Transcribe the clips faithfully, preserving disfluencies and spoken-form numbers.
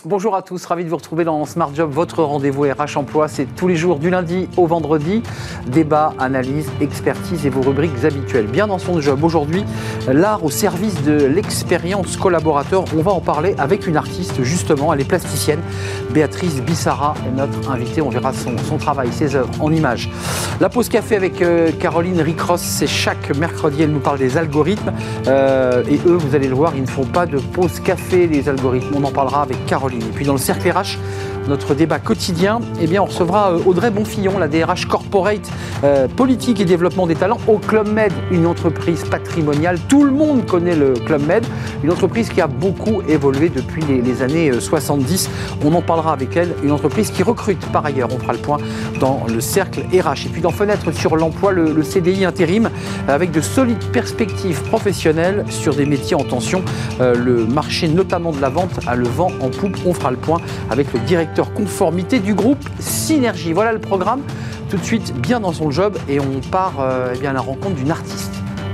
Bonjour à tous, ravi de vous retrouver dans Smart Job, votre rendez-vous R H Emploi. C'est tous les jours du lundi au vendredi. Débat, analyse, expertise et vos rubriques habituelles. Bien dans son job. Aujourd'hui, l'art au service de l'expérience collaborateur. On va en parler avec une artiste justement, elle est plasticienne. Béatrice Bissara est notre invitée. On verra son, son travail, ses œuvres en images. La pause café avec euh, Caroline Ricross, c'est chaque mercredi. Elle nous parle des algorithmes. Euh, et eux, vous allez le voir, ils ne font pas de pause café, les algorithmes. On en parlera avec Caroline. Et puis dans le cercle R H, notre débat quotidien, eh bien on recevra Audrey Bonfillon, la D R H Corporate, euh, politique et développement des talents au Club Med, une entreprise patrimoniale. Tout le monde connaît le Club Med, une entreprise qui a beaucoup évolué depuis les, les années soixante-dix. On en parlera avec elle, une entreprise qui recrute par ailleurs. On fera le point dans le cercle R H. Et puis dans Fenêtre sur l'emploi, le, le C D I intérim avec de solides perspectives professionnelles sur des métiers en tension. Euh, le marché notamment de la vente a le vent en poupe. On fera le point avec le directeur conformité du groupe Synergie. Voilà le programme. Tout de suite, bien dans son job, et on part euh, eh bien, à la rencontre d'une artiste.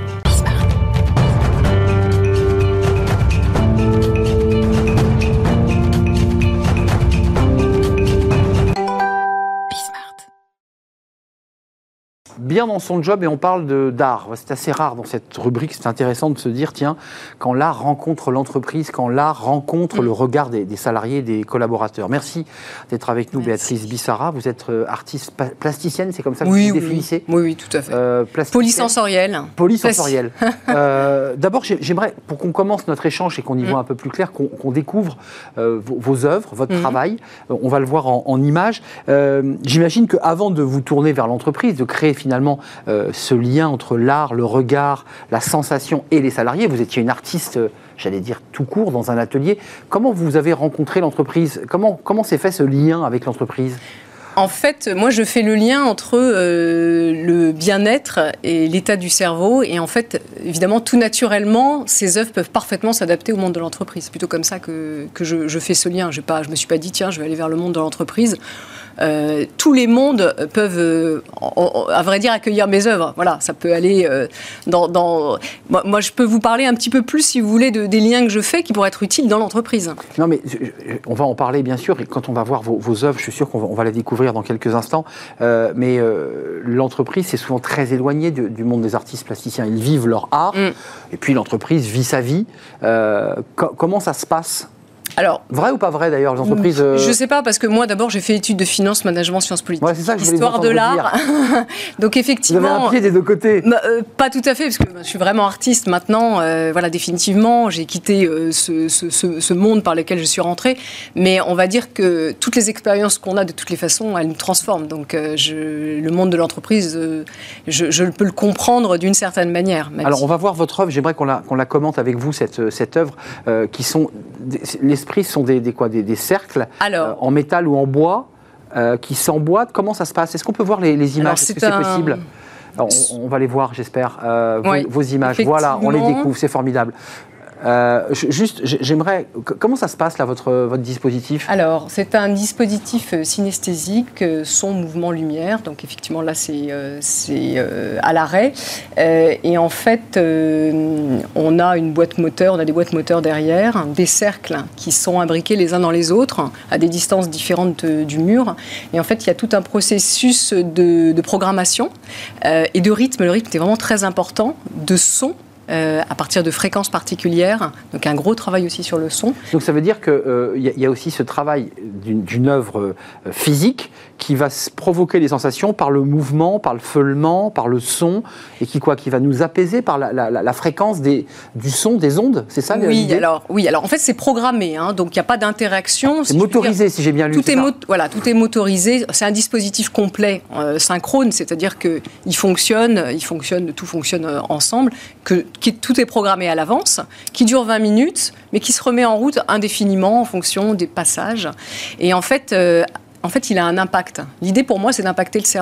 Bien dans son job, et on parle de, d'art. C'est assez rare dans cette rubrique, c'est intéressant de se dire, tiens, quand l'art rencontre l'entreprise, quand l'art rencontre mmh. le regard des, des salariés, des collaborateurs. Merci d'être avec nous, Merci. Béatrice Bissara. Vous êtes euh, artiste pa- plasticienne, c'est comme ça que oui, vous vous oui, définissez Oui, oui, tout à fait. Euh, Polysensorielle. Polysensorielle. euh, d'abord, j'aimerais, pour qu'on commence notre échange et qu'on y mmh. voit un peu plus clair, qu'on, qu'on découvre euh, vos, vos œuvres, votre mmh. travail. Euh, on va le voir en, en images. Euh, j'imagine qu'avant de vous tourner vers l'entreprise, de créer finalement Euh, ce lien entre l'art, le regard, la sensation et les salariés. Vous étiez une artiste, euh, j'allais dire tout court, dans un atelier. Comment vous avez rencontré l'entreprise ? Comment, comment s'est fait ce lien avec l'entreprise ? En fait, moi, je fais le lien entre euh, le bien-être et l'état du cerveau. Et en fait, évidemment, tout naturellement, ces œuvres peuvent parfaitement s'adapter au monde de l'entreprise. C'est plutôt comme ça que, que je, je fais ce lien. Je ne me suis pas dit, tiens, je vais aller vers le monde de l'entreprise. Euh, tous les mondes peuvent, euh, en, en, à vrai dire, accueillir mes œuvres. Voilà, ça peut aller euh, dans... dans... Moi, moi, je peux vous parler un petit peu plus, si vous voulez, de, des liens que je fais qui pourraient être utiles dans l'entreprise. Non, mais on va en parler, bien sûr. Et quand on va voir vos, vos œuvres, je suis sûr qu'on va, on va les découvrir dans quelques instants. Euh, mais euh, l'entreprise, c'est souvent très éloigné de, du monde des artistes plasticiens. Ils vivent leur art. Mm. Et puis, l'entreprise vit sa vie. Euh, co- comment ça se passe ? Alors, vrai ou pas vrai d'ailleurs, les entreprises euh... Je ne sais pas, parce que moi d'abord j'ai fait études de finance, management, sciences politiques, ouais, c'est ça que histoire de l'art. Donc effectivement. Vous avez un pied des deux côtés. Bah, euh, pas tout à fait, parce que bah, je suis vraiment artiste maintenant. Euh, voilà, définitivement, j'ai quitté euh, ce, ce, ce, ce monde par lequel je suis rentrée. Mais on va dire que toutes les expériences qu'on a de toutes les façons, elles nous transforment. Donc euh, je, le monde de l'entreprise, euh, je, je peux le comprendre d'une certaine manière. Alors si... on va voir votre œuvre. J'aimerais qu'on la, qu'on la commente avec vous, cette, cette œuvre, euh, qui sont les L'esprit sont des, des, quoi, des, des cercles Alors, euh, en métal ou en bois euh, qui s'emboîtent. Comment ça se passe ? Est-ce qu'on peut voir les, les images ? Alors, Est-ce que c'est un... possible ? Alors, on, on va les voir, j'espère, euh, oui, vos, vos images. Voilà, on les découvre, c'est formidable. Euh, juste, j'aimerais... Comment ça se passe, là, votre, votre dispositif ? Alors, c'est un dispositif synesthésique, son, mouvement, lumière. Donc, effectivement, là, c'est, euh, c'est euh, à l'arrêt. Euh, et en fait, euh, on a une boîte moteur, on a des boîtes moteurs derrière, des cercles qui sont imbriqués les uns dans les autres, à des distances différentes du mur. Et en fait, il y a tout un processus de, de programmation euh, et de rythme. Le rythme est vraiment très important, de son. Euh, à partir de fréquences particulières, donc un gros travail aussi sur le son. Donc ça veut dire qu'il euh, y, y a aussi ce travail d'une, d'une œuvre euh, physique qui va provoquer des sensations par le mouvement, par le feulement, par le son, et qui quoi, qui va nous apaiser par la, la, la fréquence des, du son, des ondes, c'est ça oui, l'idée ? alors, oui, alors en fait c'est programmé, hein, donc il n'y a pas d'interaction. C'est si motorisé, dire, si j'ai bien lu. Tout est, mo- voilà, tout est motorisé, c'est un dispositif complet, euh, synchrone, c'est-à-dire qu'il fonctionne, il fonctionne, tout fonctionne euh, ensemble, que Qui, tout est programmé à l'avance, qui dure vingt minutes, mais qui se remet en route indéfiniment en fonction des passages. Et en fait, euh, en fait, il a un impact. L'idée pour moi, c'est d'impacter le cerveau.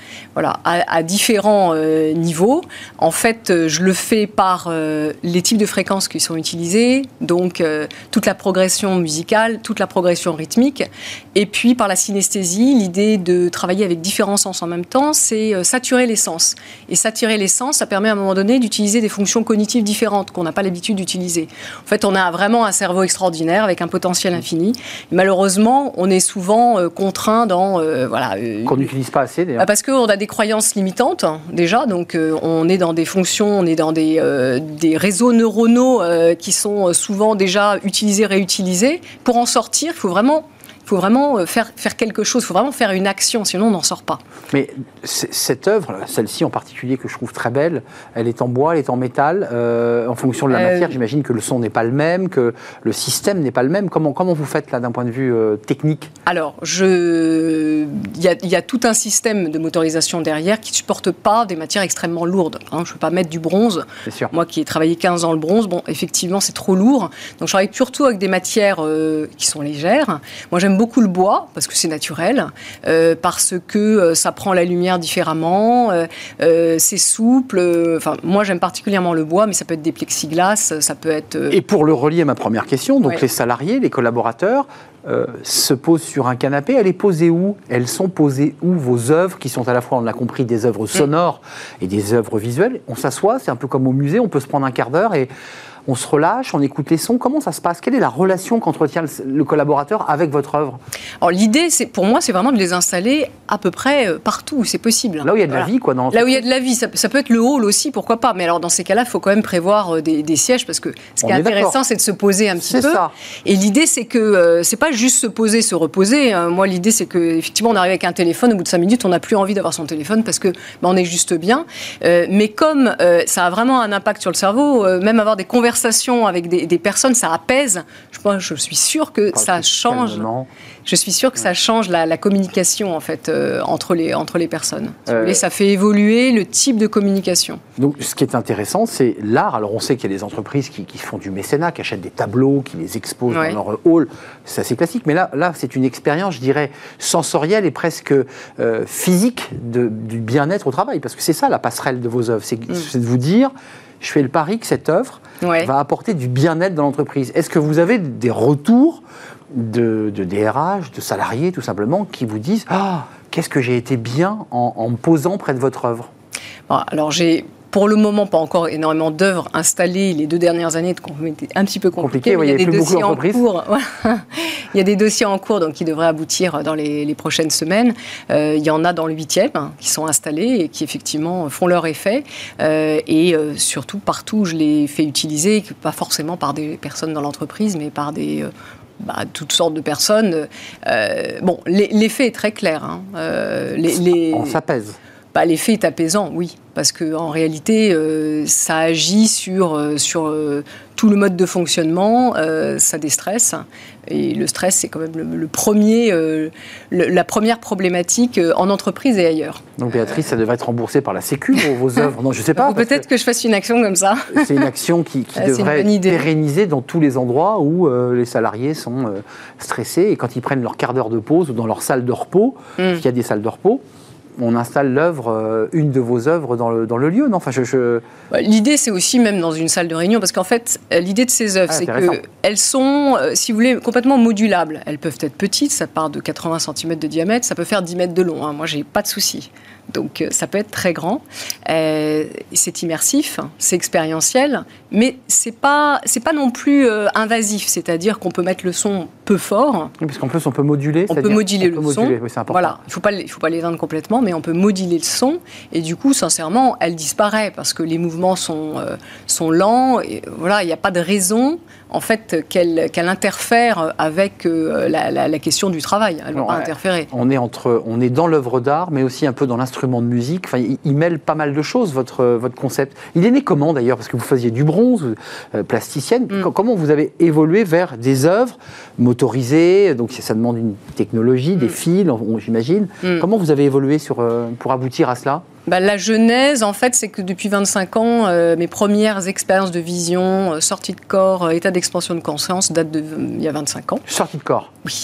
voilà, à, à différents euh, niveaux. En fait, je le fais par euh, les types de fréquences qui sont utilisées, donc euh, toute la progression musicale, toute la progression rythmique, et puis par la synesthésie, l'idée de travailler avec différents sens en même temps, c'est euh, saturer les sens. Et saturer les sens, ça permet à un moment donné d'utiliser des fonctions cognitives différentes qu'on n'a pas l'habitude d'utiliser. En fait, on a vraiment un cerveau extraordinaire avec un potentiel infini. Et malheureusement, on est souvent euh, contraint dans... Euh, voilà, euh, qu'on n'utilise pas assez, d'ailleurs. Parce qu'on a des croyances limitantes, hein, déjà. Donc, euh, on est dans des fonctions, on est dans des, euh, des réseaux neuronaux euh, qui sont souvent déjà utilisés, réutilisés. Pour en sortir, il faut vraiment... Il faut vraiment faire, faire quelque chose, il faut vraiment faire une action, sinon on n'en sort pas. Mais cette œuvre, celle-ci en particulier que je trouve très belle, elle est en bois, elle est en métal, euh, en fonction de la euh... matière, j'imagine que le son n'est pas le même, que le système n'est pas le même. Comment, comment vous faites là d'un point de vue euh, technique ? Alors, je... il y a, il y a tout un système de motorisation derrière qui ne supporte pas des matières extrêmement lourdes. Hein, je ne peux pas mettre du bronze. Moi qui ai travaillé quinze ans le bronze, bon, effectivement c'est trop lourd. Donc je travaille surtout avec des matières euh, qui sont légères. Moi j'aime beaucoup le bois, parce que c'est naturel, euh, parce que euh, ça prend la lumière différemment, euh, euh, c'est souple. Euh, enfin, moi, j'aime particulièrement le bois, mais ça peut être des plexiglas, ça peut être... Euh... Et pour le relier à ma première question, donc ouais. les salariés, les collaborateurs, euh, se posent sur un canapé. Elle est posée où ? Elles sont posées où, vos œuvres, qui sont à la fois, on l'a compris, des œuvres sonores mmh. et des œuvres visuelles ? On s'assoit, c'est un peu comme au musée, on peut se prendre un quart d'heure et... on se relâche, on écoute les sons. Comment ça se passe ? Quelle est la relation qu'entretient le, le collaborateur avec votre œuvre ? Alors l'idée, c'est, pour moi, c'est vraiment de les installer à peu près partout où c'est possible. Là où il y a de voilà. la vie, quoi. Dans Là où il y a de la vie, ça, ça peut être le hall aussi, pourquoi pas. Mais alors dans ces cas-là, il faut quand même prévoir des, des sièges, parce que ce qui on est, est intéressant, d'accord. c'est de se poser un petit c'est peu. Ça. Et l'idée, c'est que euh, c'est pas juste se poser, se reposer. Hein. Moi, l'idée, c'est que effectivement, on arrive avec un téléphone, au bout de cinq minutes, on n'a plus envie d'avoir son téléphone parce que ben, on est juste bien. Euh, mais comme euh, ça a vraiment un impact sur le cerveau, euh, même avoir des conversations avec des Des, des personnes, ça apaise. Je, pense, je suis sûre que ça change. Calmement. Je suis sûre que ça change la, la communication en fait euh, entre les entre les personnes. Si euh, vous voulez, ça fait évoluer le type de communication. Donc, ce qui est intéressant, c'est l'art. Alors, on sait qu'il y a des entreprises qui, qui font du mécénat, qui achètent des tableaux, qui les exposent ouais. dans leur hall. C'est assez classique. Mais là, là, c'est une expérience, je dirais, sensorielle et presque euh, physique de, du bien-être au travail, parce que c'est ça la passerelle de vos œuvres. C'est, mm. c'est de vous dire. Je fais le pari que cette œuvre ouais. va apporter du bien-être dans l'entreprise. Est-ce que vous avez des retours de, de D R H, de salariés tout simplement, qui vous disent « Ah, qu'est-ce que j'ai été bien en, en me posant près de votre œuvre » ? Bon, alors j'ai... Pour le moment, pas encore énormément d'œuvres installées. Les deux dernières années étaient un petit peu compliquées. Compliqué, oui, il y a, y a des dossiers en cours. Il y a des dossiers en cours donc, qui devraient aboutir dans les, les prochaines semaines. Euh, il y en a dans le huitième hein, qui sont installés et qui effectivement font leur effet. Euh, et euh, surtout, partout, je les fais utiliser, pas forcément par des personnes dans l'entreprise, mais par des... Euh, Bah, toutes sortes de personnes. Euh, bon, l'effet est très clair. Hein. Euh, les, les... On s'apaise. Bah, l'effet est apaisant, oui, parce qu'en réalité, euh, ça agit sur, euh, sur euh, tout le mode de fonctionnement, euh, ça déstresse, et le stress, c'est quand même le, le premier, euh, le, la première problématique euh, en entreprise et ailleurs. Donc Béatrice, ça devrait être remboursé par la Sécu, vos, vos œuvres. Non, je ne sais pas. Peut-être que... que je fasse une action comme ça. C'est une action qui, qui devrait être pérennisée dans tous les endroits où euh, les salariés sont euh, stressés, et quand ils prennent leur quart d'heure de pause ou dans leur salle de repos, mm. parce qu'il y a des salles de repos, on installe l'œuvre, euh, une de vos œuvres dans le, dans le lieu, non enfin, je, je... L'idée, c'est aussi même dans une salle de réunion, parce qu'en fait, l'idée de ces œuvres, ah, c'est qu'elles sont, euh, si vous voulez, complètement modulables. Elles peuvent être petites, ça part de quatre-vingts centimètres de diamètre, ça peut faire dix mètres de long. Hein. Moi, j'ai pas de souci. Donc, euh, ça peut être très grand. Euh, c'est immersif, c'est expérientiel, mais c'est pas, c'est pas non plus euh, invasif. C'est-à-dire qu'on peut mettre le son peu fort. Oui, parce qu'en plus, on peut moduler. On peut moduler on le peut son. Moduler, oui, c'est important. Voilà, il faut pas, il faut pas l'éteindre complètement, mais on peut moduler le son. Et du coup, sincèrement, elle disparaît parce que les mouvements sont, euh, sont lents. Et voilà, il n'y a pas de raison, en fait, qu'elle, qu'elle interfère avec euh, la, la, la question du travail. Elle ne va pas interférer. On est, entre, on est dans l'œuvre d'art, mais aussi un peu dans l'instrument de musique. Enfin, il, il mêle pas mal de choses, votre, votre concept. Il est né comment, d'ailleurs ? Parce que vous faisiez du bronze, euh, plasticienne. Mm. Comment vous avez évolué vers des œuvres motorisées ? Donc, ça demande une technologie, mm. des fils, on, j'imagine. Mm. Comment vous avez évolué sur, euh, pour aboutir à cela ? Bah, la genèse, en fait, c'est que depuis vingt-cinq ans, euh, mes premières expériences de vision, euh, sortie de corps, euh, état d'expansion de conscience, datent de, euh, il y a vingt-cinq ans. Sortie de corps ? Oui.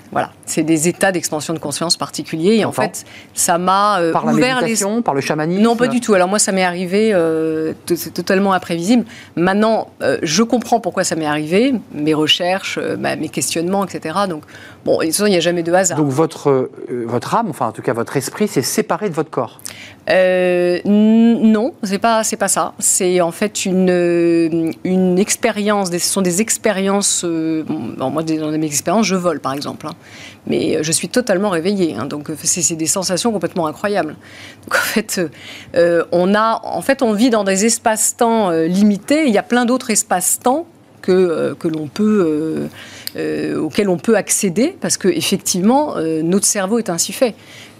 Voilà, c'est des états d'expansion de conscience particuliers. Et en fait, ça m'a euh, par ouvert la méditation, les... par le chamanisme. Non, pas du tout. Alors moi, ça m'est arrivé, euh, c'est totalement imprévisible. Maintenant, euh, je comprends pourquoi ça m'est arrivé, mes recherches, euh, bah, mes questionnements, et cetera. Donc, bon, il n'y a jamais de hasard. Donc votre, euh, votre âme, enfin en tout cas votre esprit, c'est séparé de votre corps. Euh, non, c'est pas, c'est pas ça. C'est en fait une, une expérience. Ce sont des expériences. Euh, bon, moi, dans mes expériences, je vole, par exemple. Hein. Mais je suis totalement réveillée. Hein, donc, c'est, c'est des sensations complètement incroyables. Donc, en fait, euh, on a, en fait, on vit dans des espaces-temps euh, limités. Il y a plein d'autres espaces-temps que, euh, que l'on peut, euh, euh, auxquels on peut accéder, parce que effectivement, euh, notre cerveau est ainsi fait.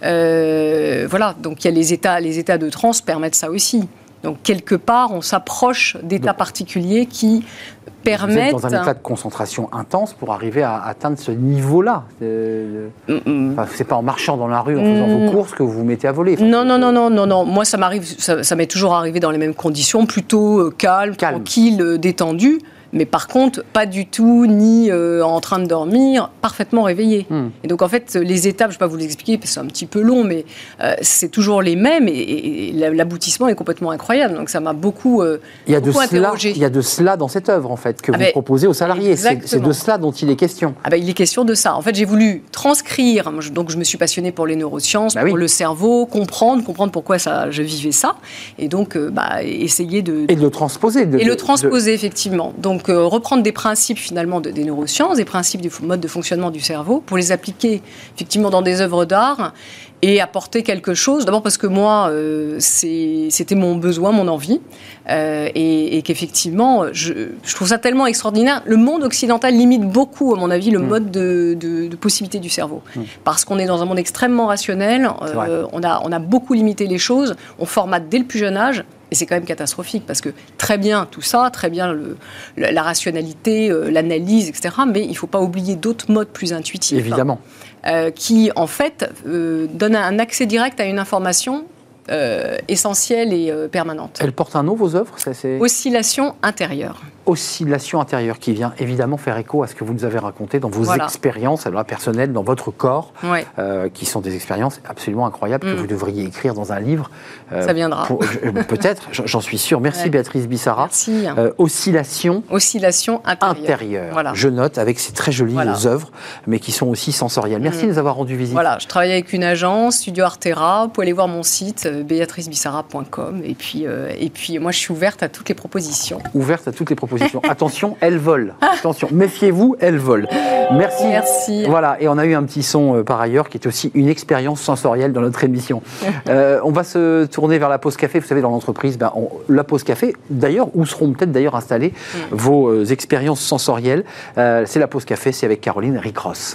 Euh, voilà, donc il y a les états, les états de transe permettent ça aussi. Donc quelque part, on s'approche d'états donc, particuliers qui permettent... Vous êtes dans un état de concentration intense pour arriver à atteindre ce niveau-là. Euh, mm-hmm. Enfin, c'est pas en marchant dans la rue, en faisant mm-hmm. vos courses que vous vous mettez à voler. Enfin, non, non, non, non, non, non. Moi, ça m'arrive, ça, ça m'est toujours arrivé dans les mêmes conditions, plutôt euh, calme, calme, tranquille, euh, détendu. Mais par contre, pas du tout, ni euh, en train de dormir, parfaitement réveillé. Mm. Et donc, en fait, les étapes, je ne vais pas vous les expliquer, parce que c'est un petit peu long, mais euh, c'est toujours les mêmes, et, et l'aboutissement est complètement incroyable. Donc, ça m'a beaucoup, euh, il y a beaucoup de cela, interrogé. Il y a de cela dans cette œuvre, en fait, que ah vous ben, proposez aux salariés. C'est, c'est de cela dont il est question. Ah ben, il est question de ça. En fait, j'ai voulu transcrire, donc je me suis passionnée pour les neurosciences, bah oui. pour le cerveau, comprendre, comprendre pourquoi ça, je vivais ça, et donc euh, bah, essayer de... Et de le transposer. De, et de, le transposer, de... effectivement. Donc, euh, reprendre des principes finalement de, des neurosciences, des principes du mode de fonctionnement du cerveau, pour les appliquer effectivement dans des œuvres d'art et apporter quelque chose. D'abord parce que moi, euh, c'est, c'était mon besoin, mon envie, euh, et, et qu'effectivement, je, je trouve ça tellement extraordinaire. Le monde occidental limite beaucoup, à mon avis, le mmh. mode de, de, de possibilité du cerveau, mmh. parce qu'on est dans un monde extrêmement rationnel. Euh, on a, on a beaucoup limité les choses. On formate dès le plus jeune âge. Et c'est quand même catastrophique, parce que très bien tout ça, très bien le, la, la rationalité, euh, l'analyse, et cetera, mais il ne faut pas oublier d'autres modes plus intuitifs. Évidemment. Euh, qui, en fait, euh, donnent un accès direct à une information euh, essentielle et euh, permanente. Elles portent un nom, vos œuvres ? Ça, c'est... Oscillation intérieure. Oscillation intérieure, qui vient évidemment faire écho à ce que vous nous avez raconté dans vos voilà. expériences alors, personnelles, dans votre corps, ouais. euh, qui sont des expériences absolument incroyables mmh. que vous devriez écrire dans un livre. Euh, Ça viendra. Pour, euh, peut-être, j'en suis sûr. Merci ouais. Béatrice Bissara. Merci. Euh, oscillation, oscillation intérieure. intérieure. Voilà. Je note avec ces très jolies voilà. œuvres, mais qui sont aussi sensorielles. Merci mmh. de nous avoir rendu visite. Voilà, je travaille avec une agence, Studio Artera. Vous pouvez aller voir mon site, béatrice bissara point com. Et puis, euh, et puis, moi, je suis ouverte à toutes les propositions. Ouverte à toutes les propositions. Attention, elle vole. Attention, méfiez-vous, elle vole. Merci. Merci. Voilà, et on a eu un petit son euh, par ailleurs qui est aussi une expérience sensorielle dans notre émission. euh, on va se tourner vers la pause café. Vous savez, dans l'entreprise, ben, on, la pause café, d'ailleurs, où seront peut-être d'ailleurs installées mm. vos euh, expériences sensorielles. Euh, c'est la pause café, c'est avec Caroline Ricross.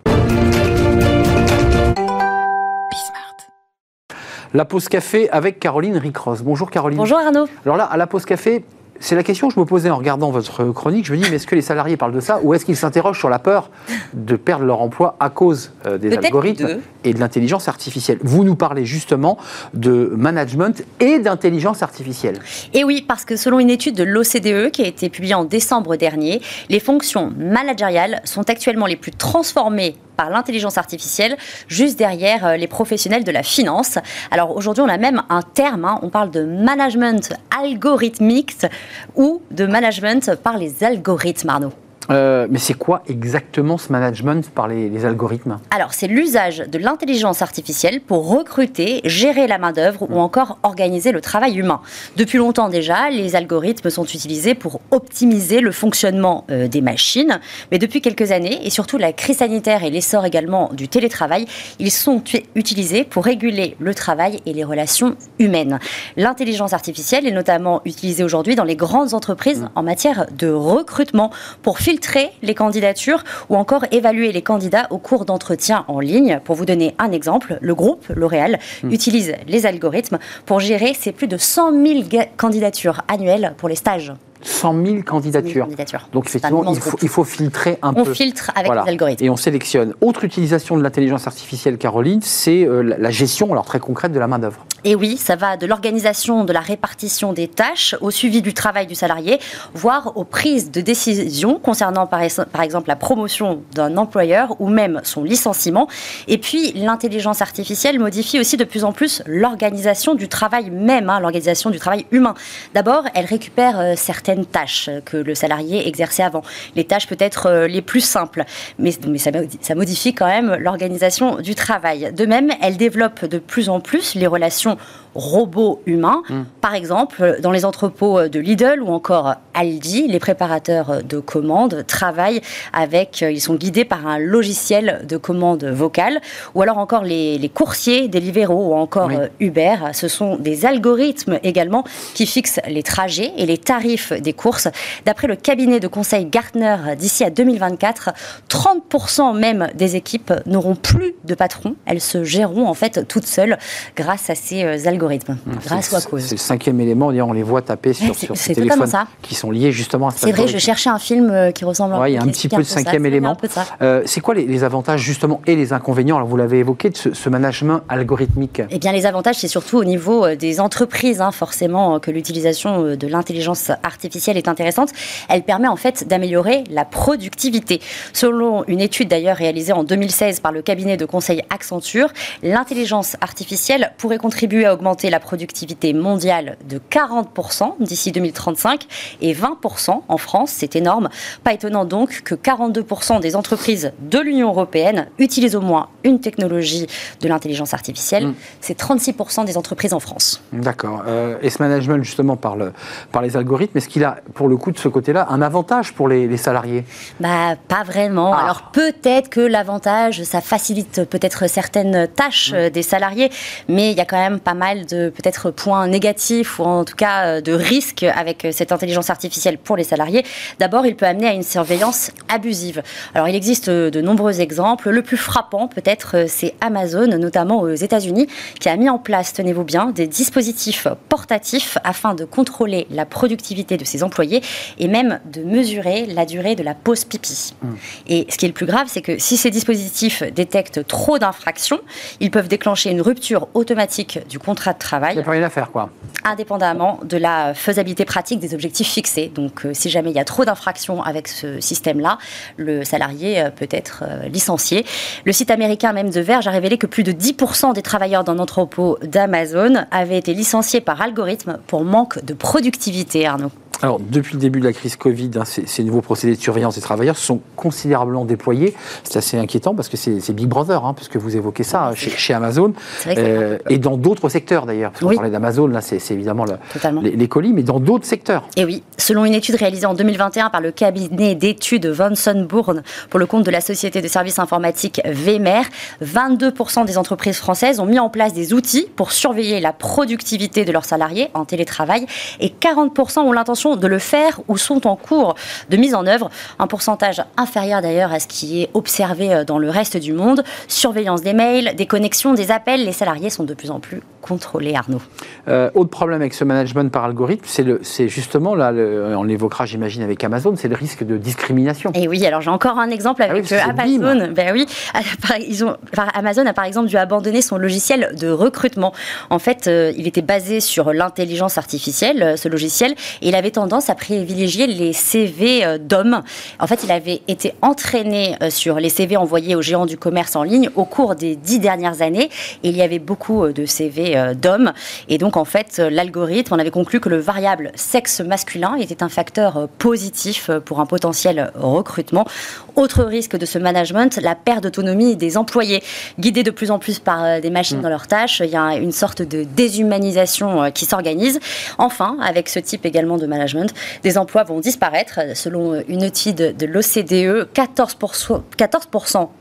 La pause café avec Caroline Ricross. Bonjour Caroline. Bonjour Arnaud. Alors là, à la pause café, c'est la question que je me posais en regardant votre chronique. Je me dis, mais est-ce que les salariés parlent de ça ou est-ce qu'ils s'interrogent sur la peur de perdre leur emploi à cause euh, des Peut-être algorithmes deux. et de l'intelligence artificielle? Vous nous parlez justement de management et d'intelligence artificielle. Et oui, parce que selon une étude de l'O C D E qui a été publiée en décembre dernier, les fonctions managériales sont actuellement les plus transformées par l'intelligence artificielle, juste derrière les professionnels de la finance. Alors aujourd'hui, on a même un terme, hein, on parle de management algorithmique ou de management par les algorithmes, Arnaud. Euh, mais c'est quoi exactement ce management par les, les algorithmes ? Alors, c'est l'usage de l'intelligence artificielle pour recruter, gérer la main-d'œuvre mmh. ou encore organiser le travail humain. Depuis longtemps déjà, les algorithmes sont utilisés pour optimiser le fonctionnement euh, des machines. Mais depuis quelques années, et surtout la crise sanitaire et l'essor également du télétravail, ils sont tu- utilisés pour réguler le travail et les relations humaines. L'intelligence artificielle est notamment utilisée aujourd'hui dans les grandes entreprises mmh. en matière de recrutement pour filtrer les candidatures ou encore évaluer les candidats au cours d'entretiens en ligne. Pour vous donner un exemple, le groupe L'Oréal mmh. utilise les algorithmes pour gérer ses plus de cent mille ga- candidatures annuelles pour les stages. cent mille candidatures. candidatures. Donc effectivement, il faut, il faut filtrer un on peu. On filtre avec voilà. les algorithmes. Et on sélectionne. Autre utilisation de l'intelligence artificielle, Caroline, c'est euh, la gestion, alors très concrète, de la main-d'œuvre. Et oui, ça va de l'organisation, de la répartition des tâches, au suivi du travail du salarié, voire aux prises de décision concernant par, par exemple la promotion d'un employeur ou même son licenciement. Et puis l'intelligence artificielle modifie aussi de plus en plus l'organisation du travail même, hein, l'organisation du travail humain. D'abord, elle récupère euh, certaines tâches que le salarié exerçait avant. Les tâches peut-être euh, les plus simples, mais, mais ça, ça modifie quand même l'organisation du travail. De même, elle développe de plus en plus les relations robots-humains. Mmh. Par exemple, dans les entrepôts de Lidl ou encore Aldi, les préparateurs de commandes travaillent avec, ils sont guidés par un logiciel de commande vocale, ou alors encore les, les coursiers, Deliveroo ou encore oui. Uber. Ce sont des algorithmes également qui fixent les trajets et les tarifs des courses. D'après le cabinet de conseil Gartner, d'ici à deux mille vingt-quatre, trente pour cent même des équipes n'auront plus de patron. Elles se géreront en fait toutes seules grâce à ces algorithmes. Algorithme, grâce ou à cause. C'est le cinquième élément, on les voit taper sur, sur ces téléphones qui sont liés justement à cet algorithme. C'est vrai, je cherchais un film qui ressemble ouais, un peu. Il y a un petit peu de cinquième ça, élément. Euh, c'est quoi les, les avantages justement et les inconvénients, alors vous l'avez évoqué, de ce, ce management algorithmique? Eh bien, les avantages, c'est surtout au niveau des entreprises, hein, forcément, que l'utilisation de l'intelligence artificielle est intéressante. Elle permet en fait d'améliorer la productivité. Selon une étude d'ailleurs réalisée en deux mille seize par le cabinet de conseil Accenture, l'intelligence artificielle pourrait contribuer à augmenter la productivité mondiale de quarante pour cent d'ici deux mille trente-cinq et vingt pour cent en France, c'est énorme. Pas étonnant donc que quarante-deux pour cent des entreprises de l'Union européenne utilisent au moins une technologie de l'intelligence artificielle. Mmh. C'est trente-six pour cent des entreprises en France. D'accord. Euh, et ce management justement par, le, par les algorithmes, est-ce qu'il a pour le coup de ce côté-là un avantage pour les, les salariés? Bah, pas vraiment. Ah. Alors peut-être que l'avantage, ça facilite peut-être certaines tâches mmh. des salariés, mais il y a quand même pas mal de peut-être points négatifs ou en tout cas de risques avec cette intelligence artificielle pour les salariés. D'abord, il peut amener à une surveillance abusive. Alors, il existe de nombreux exemples. Le plus frappant, peut-être, c'est Amazon, notamment aux États-Unis, qui a mis en place, tenez-vous bien, des dispositifs portatifs afin de contrôler la productivité de ses employés et même de mesurer la durée de la pause pipi. Mmh. Et ce qui est le plus grave, c'est que si ces dispositifs détectent trop d'infractions, ils peuvent déclencher une rupture automatique du contrat de travail. Il n'y a plus rien à faire, quoi. Indépendamment de la faisabilité pratique des objectifs fixés. Donc, euh, si jamais il y a trop d'infractions avec ce système-là, le salarié euh, peut être euh, licencié. Le site américain même The Verge a révélé que plus de dix pour cent des travailleurs d'un entrepôt d'Amazon avaient été licenciés par algorithme pour manque de productivité, Arnaud. Alors, depuis le début de la crise Covid, hein, ces, ces nouveaux procédés de surveillance des travailleurs sont considérablement déployés. C'est assez inquiétant parce que c'est, c'est Big Brother, hein, puisque vous évoquez ça chez, chez Amazon, euh, et dans d'autres secteurs d'ailleurs. Parce qu'on oui. parlait d'Amazon, là c'est, c'est évidemment le, les, les colis, mais dans d'autres secteurs. Et oui, selon une étude réalisée en deux mille vingt et un par le cabinet d'études Vanson Bourne pour le compte de la société de services informatiques V M R, vingt-deux pour cent des entreprises françaises ont mis en place des outils pour surveiller la productivité de leurs salariés en télétravail, et quarante pour cent ont l'intention de le faire ou sont en cours de mise en œuvre. Un pourcentage inférieur d'ailleurs à ce qui est observé dans le reste du monde. Surveillance des mails, des connexions, des appels. Les salariés sont de plus en plus contrôlés, Arnaud. Euh, autre problème avec ce management par algorithme, c'est, le, c'est justement, là, le, on l'évoquera j'imagine avec Amazon, c'est le risque de discrimination. Et oui, alors j'ai encore un exemple avec ah oui, Amazon. Ben oui, ils ont, Amazon a par exemple dû abandonner son logiciel de recrutement. En fait, euh, il était basé sur l'intelligence artificielle, ce logiciel, et il avait tendance à privilégier les C V d'hommes. En fait, il avait été entraîné sur les C V envoyés aux géants du commerce en ligne au cours des dix dernières années, et il y avait beaucoup de C V d'hommes. Et donc, en fait, l'algorithme, on avait conclu que le variable sexe masculin était un facteur positif pour un potentiel recrutement. Autre risque de ce management, la perte d'autonomie des employés. Guidés de plus en plus par des machines mmh. dans leurs tâches, il y a une sorte de déshumanisation qui s'organise. Enfin, avec ce type également de management, des emplois vont disparaître. Selon une étude de l'O C D E, quatorze pour cent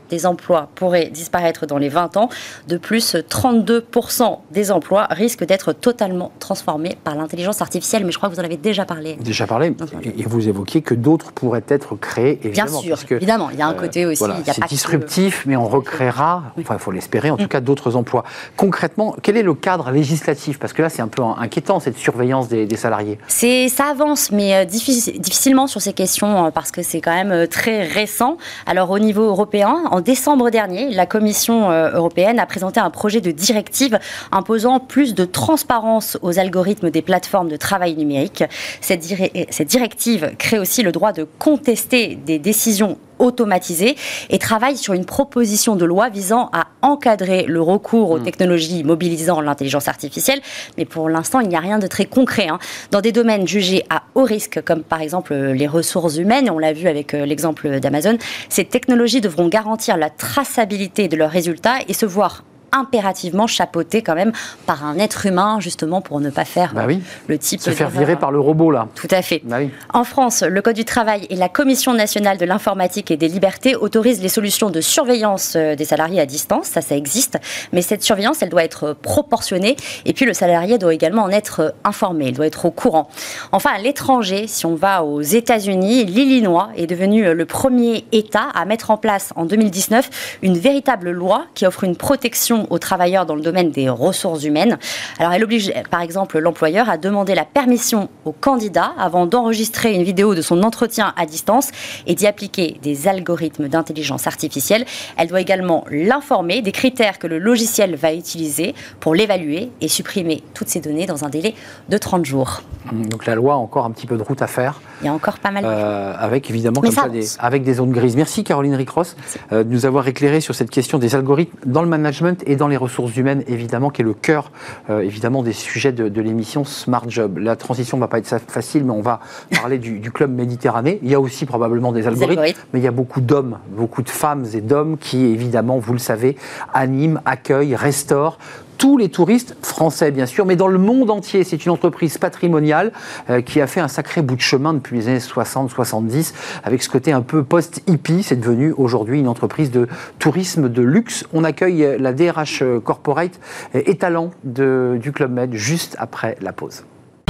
des emplois pourraient disparaître dans les vingt ans. De plus, trente-deux pour cent des emplois risquent d'être totalement transformés par l'intelligence artificielle. Mais je crois que vous en avez déjà parlé. Déjà parlé. Et vous évoquiez que d'autres pourraient être créés, évidemment. Bien sûr, que, évidemment. Il y a un côté aussi. Voilà, il y a c'est pas disruptif, que... mais on recréera, oui. enfin il faut l'espérer, en tout cas d'autres emplois. Concrètement, quel est le cadre législatif ? Parce que là, c'est un peu inquiétant, cette surveillance des, des salariés. C'est, ça avance, mais euh, difficile, difficilement sur ces questions, euh, parce que c'est quand même euh, très récent. Alors, au niveau européen, en décembre dernier, la Commission euh, européenne a présenté un projet de directive imposant plus de transparence aux algorithmes des plateformes de travail numérique. Cette, dir- cette directive crée aussi le droit de contester des décisions automatisée et travaille sur une proposition de loi visant à encadrer le recours aux technologies mobilisant l'intelligence artificielle. Mais pour l'instant, il n'y a rien de très concret. Hein. Dans des domaines jugés à haut risque, comme par exemple les ressources humaines, et on l'a vu avec l'exemple d'Amazon, ces technologies devront garantir la traçabilité de leurs résultats et se voir impérativement chapeauté quand même par un être humain, justement pour ne pas faire bah oui. le type se faire virer par le robot là. Tout à fait. Bah oui. En France, le Code du travail et la Commission nationale de l'informatique et des libertés autorisent les solutions de surveillance des salariés à distance. Ça, ça existe. Mais cette surveillance, elle doit être proportionnée. Et puis le salarié doit également en être informé. Il doit être au courant. Enfin, à l'étranger, si on va aux États-Unis, l'Illinois est devenu le premier État à mettre en place en deux mille dix-neuf une véritable loi qui offre une protection aux travailleurs dans le domaine des ressources humaines. Alors, elle oblige, par exemple, l'employeur à demander la permission au candidat avant d'enregistrer une vidéo de son entretien à distance et d'y appliquer des algorithmes d'intelligence artificielle. Elle doit également l'informer des critères que le logiciel va utiliser pour l'évaluer et supprimer toutes ces données dans un délai de trente jours. Donc, la loi a encore un petit peu de route à faire. Il y a encore pas mal de euh, avec évidemment comme ça, des, avec des zones grises. Merci Caroline Ricross euh, de nous avoir éclairé sur cette question des algorithmes dans le management et dans les ressources humaines, évidemment, qui est le cœur euh, évidemment des sujets de, de l'émission Smart Job. La transition ne va pas être facile, mais on va parler du, du Club Méditerranée. Il y a aussi probablement des algorithmes, des algorithmes, mais il y a beaucoup d'hommes, beaucoup de femmes et d'hommes qui, évidemment, vous le savez, animent, accueillent, restaurent tous les touristes français, bien sûr, mais dans le monde entier. C'est une entreprise patrimoniale euh, qui a fait un sacré bout de chemin depuis les années soixante soixante-dix, avec ce côté un peu post-hippie. C'est devenu aujourd'hui une entreprise de tourisme de luxe. On accueille la D R H Corporate et talent de, du Club Med juste après la pause.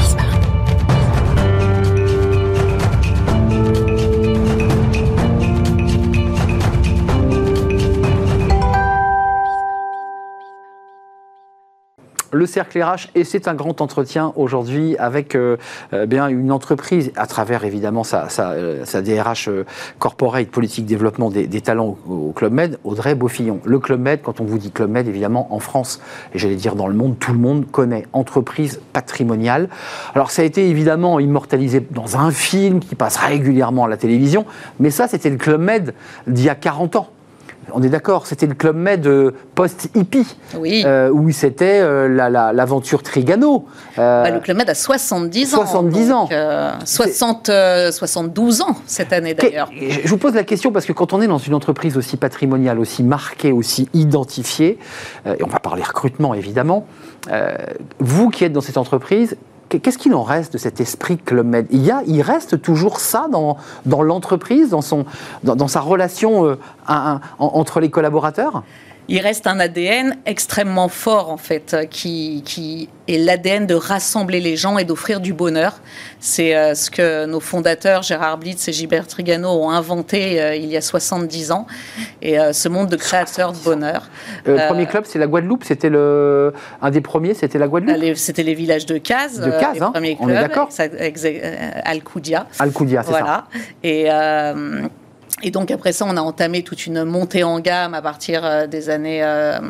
Le Cercle R H, et c'est un grand entretien aujourd'hui avec euh, bien une entreprise, à travers évidemment sa, sa, sa D R H euh, Corporate, politique développement des, des talents au, au Club Med, Audrey Beaufillon. Le Club Med, quand on vous dit Club Med, évidemment en France, et j'allais dire dans le monde, tout le monde connaît, entreprise patrimoniale. Alors ça a été évidemment immortalisé dans un film qui passe régulièrement à la télévision, mais ça c'était le Club Med d'il y a quarante ans. On est d'accord, c'était le Club Med post-hippie, oui. euh, où c'était euh, la, la, l'aventure Trigano. Euh, bah, le Club Med a soixante-dix ans. soixante-dix ans. Euh, soixante, euh, soixante-douze ans cette année d'ailleurs. Je vous pose la question parce que quand on est dans une entreprise aussi patrimoniale, aussi marquée, aussi identifiée, euh, et on va parler recrutement évidemment, euh, vous qui êtes dans cette entreprise, qu'est-ce qu'il en reste de cet esprit Club Med ? Il y a, il reste toujours ça dans, dans l'entreprise, dans, son, dans, dans sa relation euh, un, un, entre les collaborateurs ? Il reste un A D N extrêmement fort, en fait, qui, qui est l'A D N de rassembler les gens et d'offrir du bonheur. C'est euh, ce que nos fondateurs, Gérard Blitz et Gilbert Trigano, ont inventé euh, il y a soixante-dix ans. Et euh, ce monde de créateurs de bonheur. Le euh, premier club, c'est la Guadeloupe. C'était le, un des premiers, c'était la Guadeloupe. Les, c'était les villages de Cazes. De Cazes, euh, hein, premiers on clubs, est d'accord. Alcoudia. Alcoudia, c'est voilà. ça. Et... Euh, Et donc après ça, on a entamé toute une montée en gamme à partir euh, des années euh,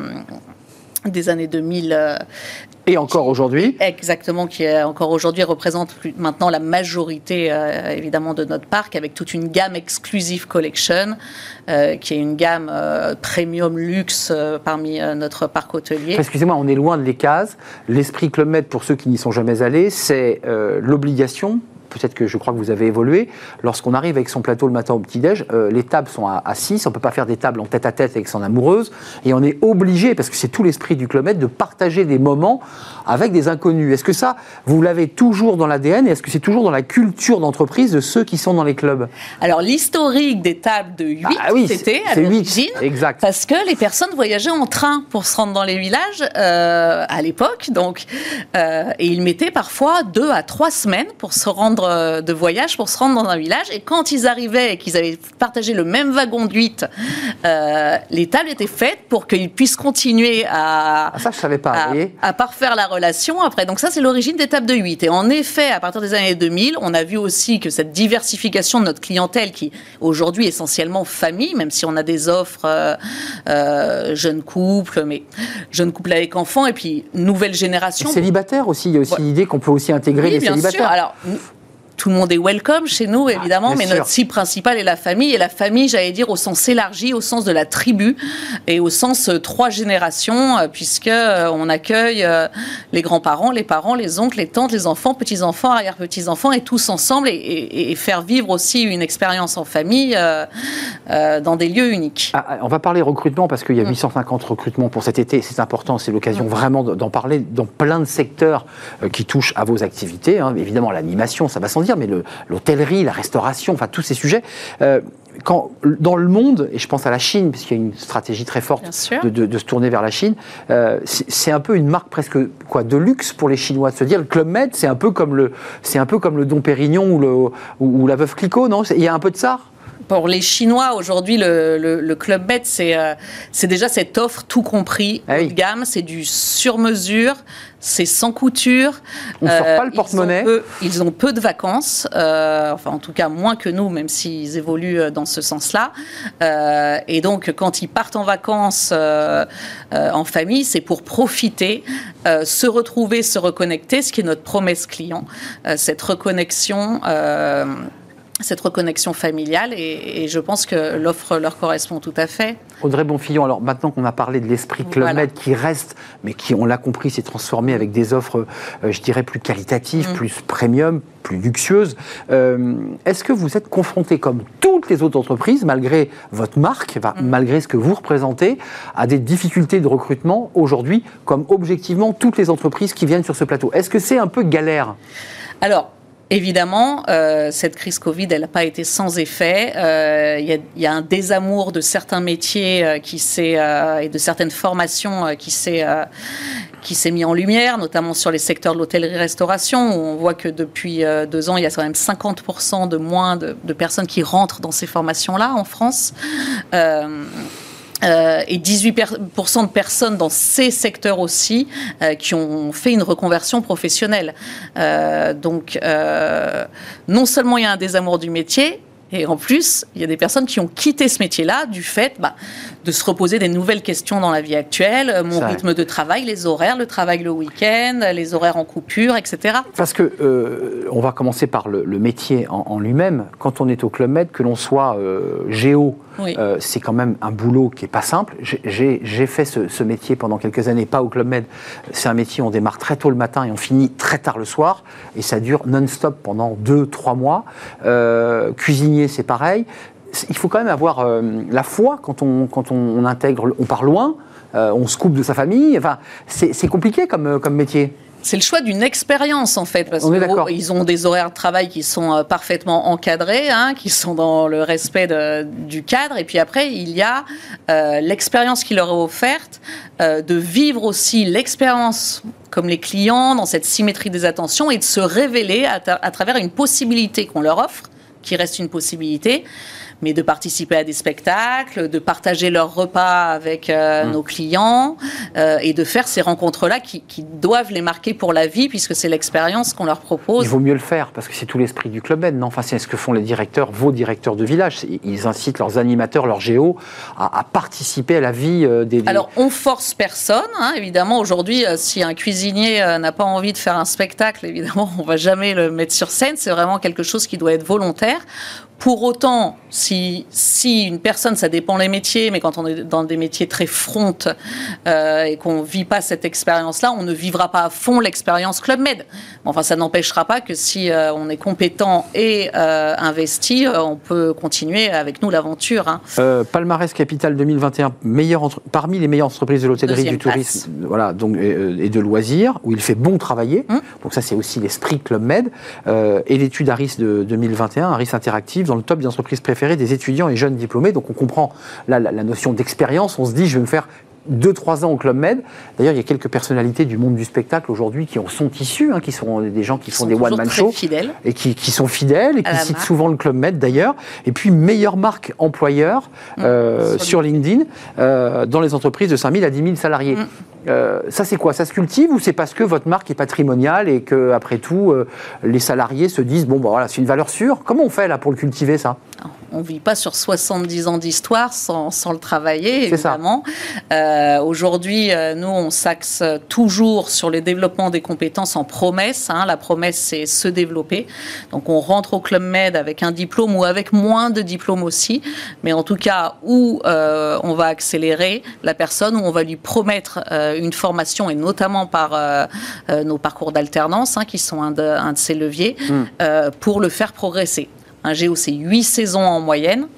des années deux mille. Euh, et encore qui, aujourd'hui. Exactement, qui est encore aujourd'hui représente plus, maintenant la majorité euh, évidemment de notre parc, avec toute une gamme Exclusive Collection, euh, qui est une gamme euh, premium luxe euh, parmi euh, notre parc hôtelier. Excusez-moi, on est loin de les cases. L'esprit Club Med, pour ceux qui n'y sont jamais allés, c'est euh, l'obligation peut-être que je crois que vous avez évolué, lorsqu'on arrive avec son plateau le matin au petit-déj, euh, les tables sont à, à six, on ne peut pas faire des tables en tête-à-tête avec son amoureuse, et on est obligé, parce que c'est tout l'esprit du Club Med, de partager des moments avec des inconnus. Est-ce que ça, vous l'avez toujours dans l'A D N, et est-ce que c'est toujours dans la culture d'entreprise de ceux qui sont dans les clubs? Alors, l'historique des tables de huit, ah, oui, c'était à c'est l'origine, huit, exact. Parce que les personnes voyageaient en train pour se rendre dans les villages euh, à l'époque, donc, euh, et ils mettaient parfois deux à trois semaines pour se rendre euh, de voyage, pour se rendre dans un village, et quand ils arrivaient et qu'ils avaient partagé le même wagon de huit, euh, les tables étaient faites pour qu'ils puissent continuer à, ah, ça, je savais pas, à, à parfaire la relation après. Donc ça, c'est l'origine des tables de huit. Et en effet, à partir des années deux mille, on a vu aussi que cette diversification de notre clientèle, qui aujourd'hui est essentiellement famille, même si on a des offres euh, euh, jeunes couples, mais jeunes couples avec enfants, et puis nouvelle génération. Célibataires aussi, il y a aussi ouais. l'idée qu'on peut aussi intégrer oui, les bien célibataires. Sûr. Alors, tout le monde est welcome chez nous, évidemment, ah, mais sûr. Notre cible principale est la famille. Et la famille, j'allais dire, au sens élargi, au sens de la tribu, et au sens euh, trois générations, euh, puisqu'on euh, accueille euh, les grands-parents, les parents, les oncles, les tantes, les enfants, petits-enfants, arrière-petits-enfants, et tous ensemble, et, et, et faire vivre aussi une expérience en famille euh, euh, dans des lieux uniques. Ah, on va parler recrutement, parce qu'il y a mmh. huit cent cinquante recrutements pour cet été. C'est important, c'est l'occasion mmh. vraiment d'en parler dans plein de secteurs euh, qui touchent à vos activités. Hein. Évidemment, l'animation, ça va sans dire, mais le, l'hôtellerie, la restauration, enfin tous ces sujets. Euh, quand, dans le monde, et je pense à la Chine, puisqu'il y a une stratégie très forte de, de, de se tourner vers la Chine, euh, c'est, c'est un peu une marque presque quoi, de luxe pour les Chinois, de se dire le Club Med, c'est un peu comme le, c'est un peu comme le Dom Pérignon ou, le, ou, ou la Veuve Clicquot, non? Il y a un peu de ça? Pour les Chinois, aujourd'hui, le, le, le Club Med, c'est, euh, c'est déjà cette offre tout compris, ah haut oui. de gamme, c'est du sur-mesure, c'est sans couture. On ne euh, sort pas le porte-monnaie. Ils ont peu, ils ont peu de vacances, euh, enfin en tout cas moins que nous, même s'ils évoluent dans ce sens-là. Euh, et donc, quand ils partent en vacances euh, euh, en famille, c'est pour profiter, euh, se retrouver, se reconnecter, ce qui est notre promesse client, euh, cette reconnexion... Euh, cette reconnexion familiale, et, et je pense que l'offre leur correspond tout à fait. Audrey Bonfillon, alors maintenant qu'on a parlé de l'esprit Club voilà. Med qui reste, mais qui, on l'a compris, s'est transformé avec des offres, euh, je dirais, plus qualitatives, mmh. plus premium, plus luxueuses, euh, est-ce que vous êtes confronté, comme toutes les autres entreprises, malgré votre marque, enfin, mmh. malgré ce que vous représentez, à des difficultés de recrutement aujourd'hui, comme objectivement toutes les entreprises qui viennent sur ce plateau? Est-ce que c'est un peu galère? Alors, évidemment, euh, cette crise Covid, elle n'a pas été sans effet. Il euh, y, y a un désamour de certains métiers euh, qui s'est, euh, et de certaines formations euh, qui s'est, euh, qui s'est mis en lumière, notamment sur les secteurs de l'hôtellerie-restauration, où on voit que depuis euh, deux ans, il y a quand même cinquante pour cent de moins de, de personnes qui rentrent dans ces formations-là en France. Euh, Euh, et dix-huit pour cent de personnes dans ces secteurs aussi euh, qui ont fait une reconversion professionnelle. Euh, donc, euh, non seulement il y a un désamour du métier, et en plus, il y a des personnes qui ont quitté ce métier-là du fait bah, de se reposer des nouvelles questions dans la vie actuelle, mon rythme de travail, les horaires, le travail le week-end, les horaires en coupure, et cetera. Parce que, euh, on va commencer par le, le métier en, en lui-même. Quand on est au Club Med, que l'on soit euh, géo, oui. euh, c'est quand même un boulot qui n'est pas simple. J'ai, j'ai fait ce, ce métier pendant quelques années, pas au Club Med. C'est un métier où on démarre très tôt le matin et on finit très tard le soir. Et ça dure non-stop pendant deux, trois mois. Euh, cuisinier, c'est pareil. Il faut quand même avoir euh, la foi quand on, quand on, on intègre, on part loin, euh, on se coupe de sa famille. Enfin, c'est, c'est compliqué comme, comme métier. C'est le choix d'une expérience, en fait, parce qu'ils ont des horaires de travail qui sont parfaitement encadrés, hein, qui sont dans le respect de, du cadre, et puis après, il y a euh, l'expérience qui leur est offerte, euh, de vivre aussi l'expérience comme les clients, dans cette symétrie des attentions, et de se révéler à, ta- à travers une possibilité qu'on leur offre, qui reste une possibilité, mais de participer à des spectacles, de partager leurs repas avec euh, mmh. nos clients euh, et de faire ces rencontres-là qui, qui doivent les marquer pour la vie, puisque c'est l'expérience qu'on leur propose. Il vaut mieux le faire, parce que c'est tout l'esprit du Club Med, non? Enfin, c'est ce que font les directeurs, vos directeurs de village. Ils incitent leurs animateurs, leurs géos, à, à participer à la vie euh, des, des... Alors, on force personne, hein, évidemment. Aujourd'hui, euh, si un cuisinier euh, n'a pas envie de faire un spectacle, évidemment, on ne va jamais le mettre sur scène. C'est vraiment quelque chose qui doit être volontaire. Pour autant, si, si une personne, ça dépend les métiers, mais quand on est dans des métiers très front euh, et qu'on ne vit pas cette expérience-là, on ne vivra pas à fond l'expérience Club Med. Enfin, ça n'empêchera pas que si euh, on est compétent et euh, investi, euh, on peut continuer avec nous l'aventure. Hein. Euh, Palmarès Capital deux mille vingt et un, meilleur entre... parmi les meilleures entreprises de l'hôtellerie, Deuxième du tourisme voilà, donc, et, et de loisirs, où il fait bon travailler. Hum. Donc ça, c'est aussi l'esprit Club Med. Euh, et l'étude Harris de deux mille vingt et un, Harris Interactive, dans le top des entreprises préférées des étudiants et jeunes diplômés. Donc on comprend là, la, la notion d'expérience. On se dit, je vais me faire deux trois ans au Club Med. D'ailleurs, il y a quelques personnalités du monde du spectacle aujourd'hui qui en sont issues, hein, qui sont des gens qui, qui font des one-man shows fidèles. et qui, qui sont fidèles et qui citent marque. souvent le Club Med d'ailleurs. Et puis, meilleure marque employeur mmh. euh, sur LinkedIn euh, dans les entreprises de cinq mille à dix mille salariés. Mmh. Euh, ça, c'est quoi? Ça se cultive ou c'est parce que votre marque est patrimoniale et que, après tout, euh, les salariés se disent bon, bah, voilà, c'est une valeur sûre. Comment on fait là pour le cultiver, ça? On ne vit pas sur soixante-dix ans d'histoire sans, sans le travailler, évidemment. Euh, aujourd'hui, euh, nous, on s'axe toujours sur le développement des compétences en promesse. Hein. La promesse, c'est se développer. Donc, on rentre au Club Med avec un diplôme ou avec moins de diplômes aussi. Mais en tout cas, où euh, on va accélérer la personne, où on va lui promettre euh, une formation, et notamment par euh, euh, nos parcours d'alternance, hein, qui sont un de, un de ces leviers, mmh. euh, pour le faire progresser. Un Géo, c'est huit saisons en moyenne.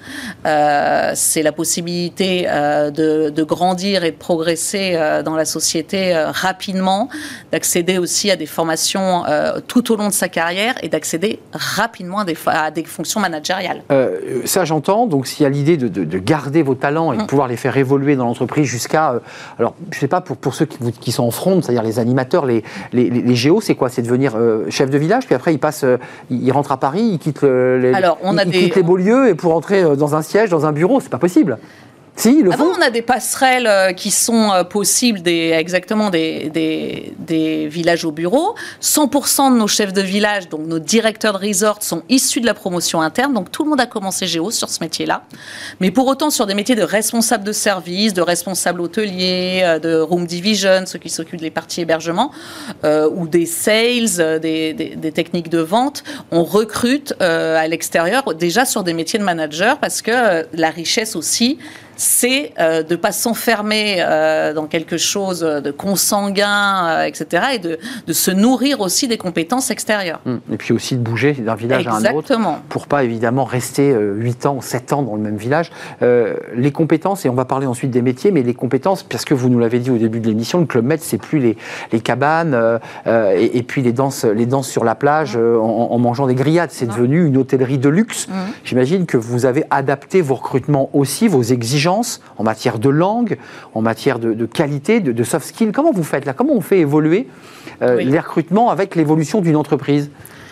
Euh, c'est la possibilité euh, de, de grandir et de progresser euh, dans la société euh, rapidement, d'accéder aussi à des formations euh, tout au long de sa carrière et d'accéder rapidement à des, à des fonctions managériales. Euh, ça, j'entends. Donc, s'il y a l'idée de, de, de garder vos talents et de mmh. pouvoir les faire évoluer dans l'entreprise jusqu'à... Euh, alors, je ne sais pas, pour, pour ceux qui, qui sont en front, c'est-à-dire les animateurs, les, les, les, les Géos, c'est quoi? C'est devenir euh, chef de village, puis après, ils passent, euh, ils rentrent à Paris, ils quittent le, les... Alors, on a ils des... quittent les beaux lieux et pour entrer dans un siège, dans un bureau, c'est pas possible. Si, ils le ah font. bon, on a des passerelles euh, qui sont euh, possibles, des, exactement des, des, des villages au bureau. cent pour cent de nos chefs de village, donc nos directeurs de resort, sont issus de la promotion interne. Donc tout le monde a commencé Géo sur ce métier-là. Mais pour autant, sur des métiers de responsable de service, de responsable hôtelier, euh, de room division, ceux qui s'occupent des parties hébergement, euh, ou des sales, euh, des, des, des techniques de vente, on recrute euh, à l'extérieur déjà sur des métiers de manager parce que euh, la richesse aussi, c'est euh, de ne pas s'enfermer euh, dans quelque chose de consanguin, euh, et cetera, et de, de se nourrir aussi des compétences extérieures. Et puis aussi de bouger d'un village Exactement. à un autre, pour pas évidemment rester euh, huit ans ou sept ans dans le même village. Euh, les compétences, et on va parler ensuite des métiers, mais les compétences, parce que vous nous l'avez dit au début de l'émission, le Club Med, c'est plus les, les cabanes euh, euh, et, et puis les danses, les danses sur la plage euh, en, en mangeant des grillades. C'est devenu une hôtellerie de luxe. Mmh. J'imagine que vous avez adapté vos recrutements aussi, vos exigences en matière de langue, en matière de, de qualité, de, de soft skills. Comment vous faites là? Comment on fait évoluer euh, oui. les recrutements avec l'évolution d'une entreprise?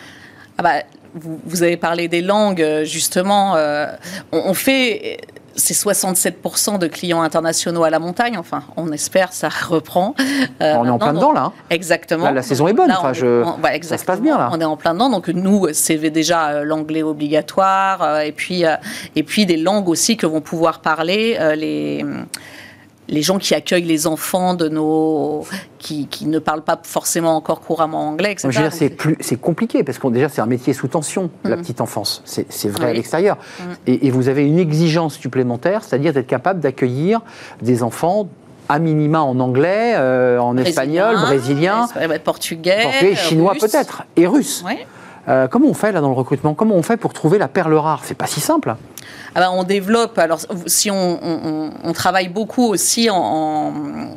ah bah, vous, vous avez parlé des langues, justement. Euh, on, on fait... C'est soixante-sept pour cent de clients internationaux à la montagne. Enfin, on espère, ça reprend. Euh, on est en plein dedans, là. Hein. Exactement. Là, la saison est bonne. Là, enfin, on, je... on, ouais, ça se passe bien, là. On est en plein dedans. Donc, nous, c'est déjà euh, l'anglais obligatoire. Euh, et, puis, euh, et puis, des langues aussi que vont pouvoir parler euh, les... les gens qui accueillent les enfants de nos... qui, qui ne parlent pas forcément encore couramment anglais, et cetera. Je veux dire, c'est, plus, c'est compliqué, parce que déjà, c'est un métier sous tension, mmh. la petite enfance. C'est, c'est vrai oui. à l'extérieur. Mmh. Et, et vous avez une exigence supplémentaire, c'est-à-dire d'être capable d'accueillir des enfants à minima en anglais, euh, en brésilien, espagnol, brésilien, portugais, portugais chinois russe. peut-être, et russe. Oui. Euh, comment on fait là dans le recrutement? Comment on fait pour trouver la perle rare? C'est pas si simple. Ah ben, on développe. Alors, si on, on, on travaille beaucoup aussi en, en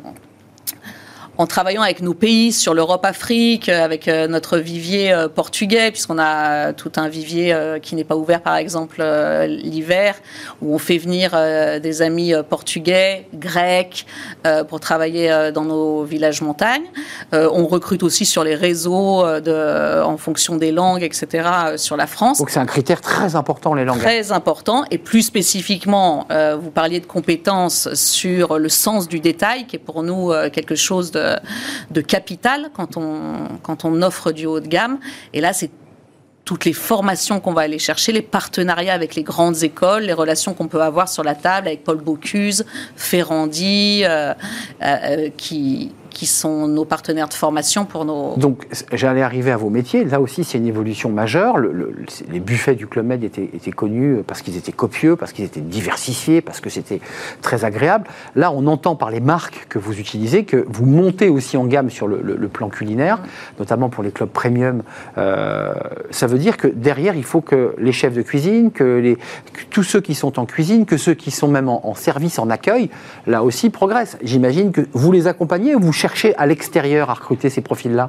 en travaillant avec nos pays sur l'Europe-Afrique, avec euh, notre vivier euh, portugais, puisqu'on a tout un vivier euh, qui n'est pas ouvert, par exemple, euh, l'hiver, où on fait venir euh, des amis euh, portugais, grecs, euh, pour travailler euh, dans nos villages montagnes. Euh, on recrute aussi sur les réseaux euh, de, en fonction des langues, et cetera, euh, sur la France. Donc c'est un critère très important, les langues. Très important, et plus spécifiquement, euh, vous parliez de compétences sur le sens du détail, qui est pour nous euh, quelque chose de de capital quand on, quand on offre du haut de gamme. Et là, c'est toutes les formations qu'on va aller chercher, les partenariats avec les grandes écoles, les relations qu'on peut avoir sur la table avec Paul Bocuse, Ferrandi, euh, euh, qui, qui sont nos partenaires de formation pour nos... Donc, j'allais arriver à vos métiers. Là aussi, c'est une évolution majeure. Le, le, les buffets du Club Med étaient, étaient connus parce qu'ils étaient copieux, parce qu'ils étaient diversifiés, parce que c'était très agréable. Là, on entend par les marques que vous utilisez que vous montez aussi en gamme sur le, le, le plan culinaire, mmh. notamment pour les clubs premium. Euh, ça veut dire que derrière, il faut que les chefs de cuisine, que, les, que tous ceux qui sont en cuisine, que ceux qui sont même en, en service, en accueil, là aussi progressent. J'imagine que vous les accompagnez ou vous cherchez à l'extérieur à recruter ces profils-là?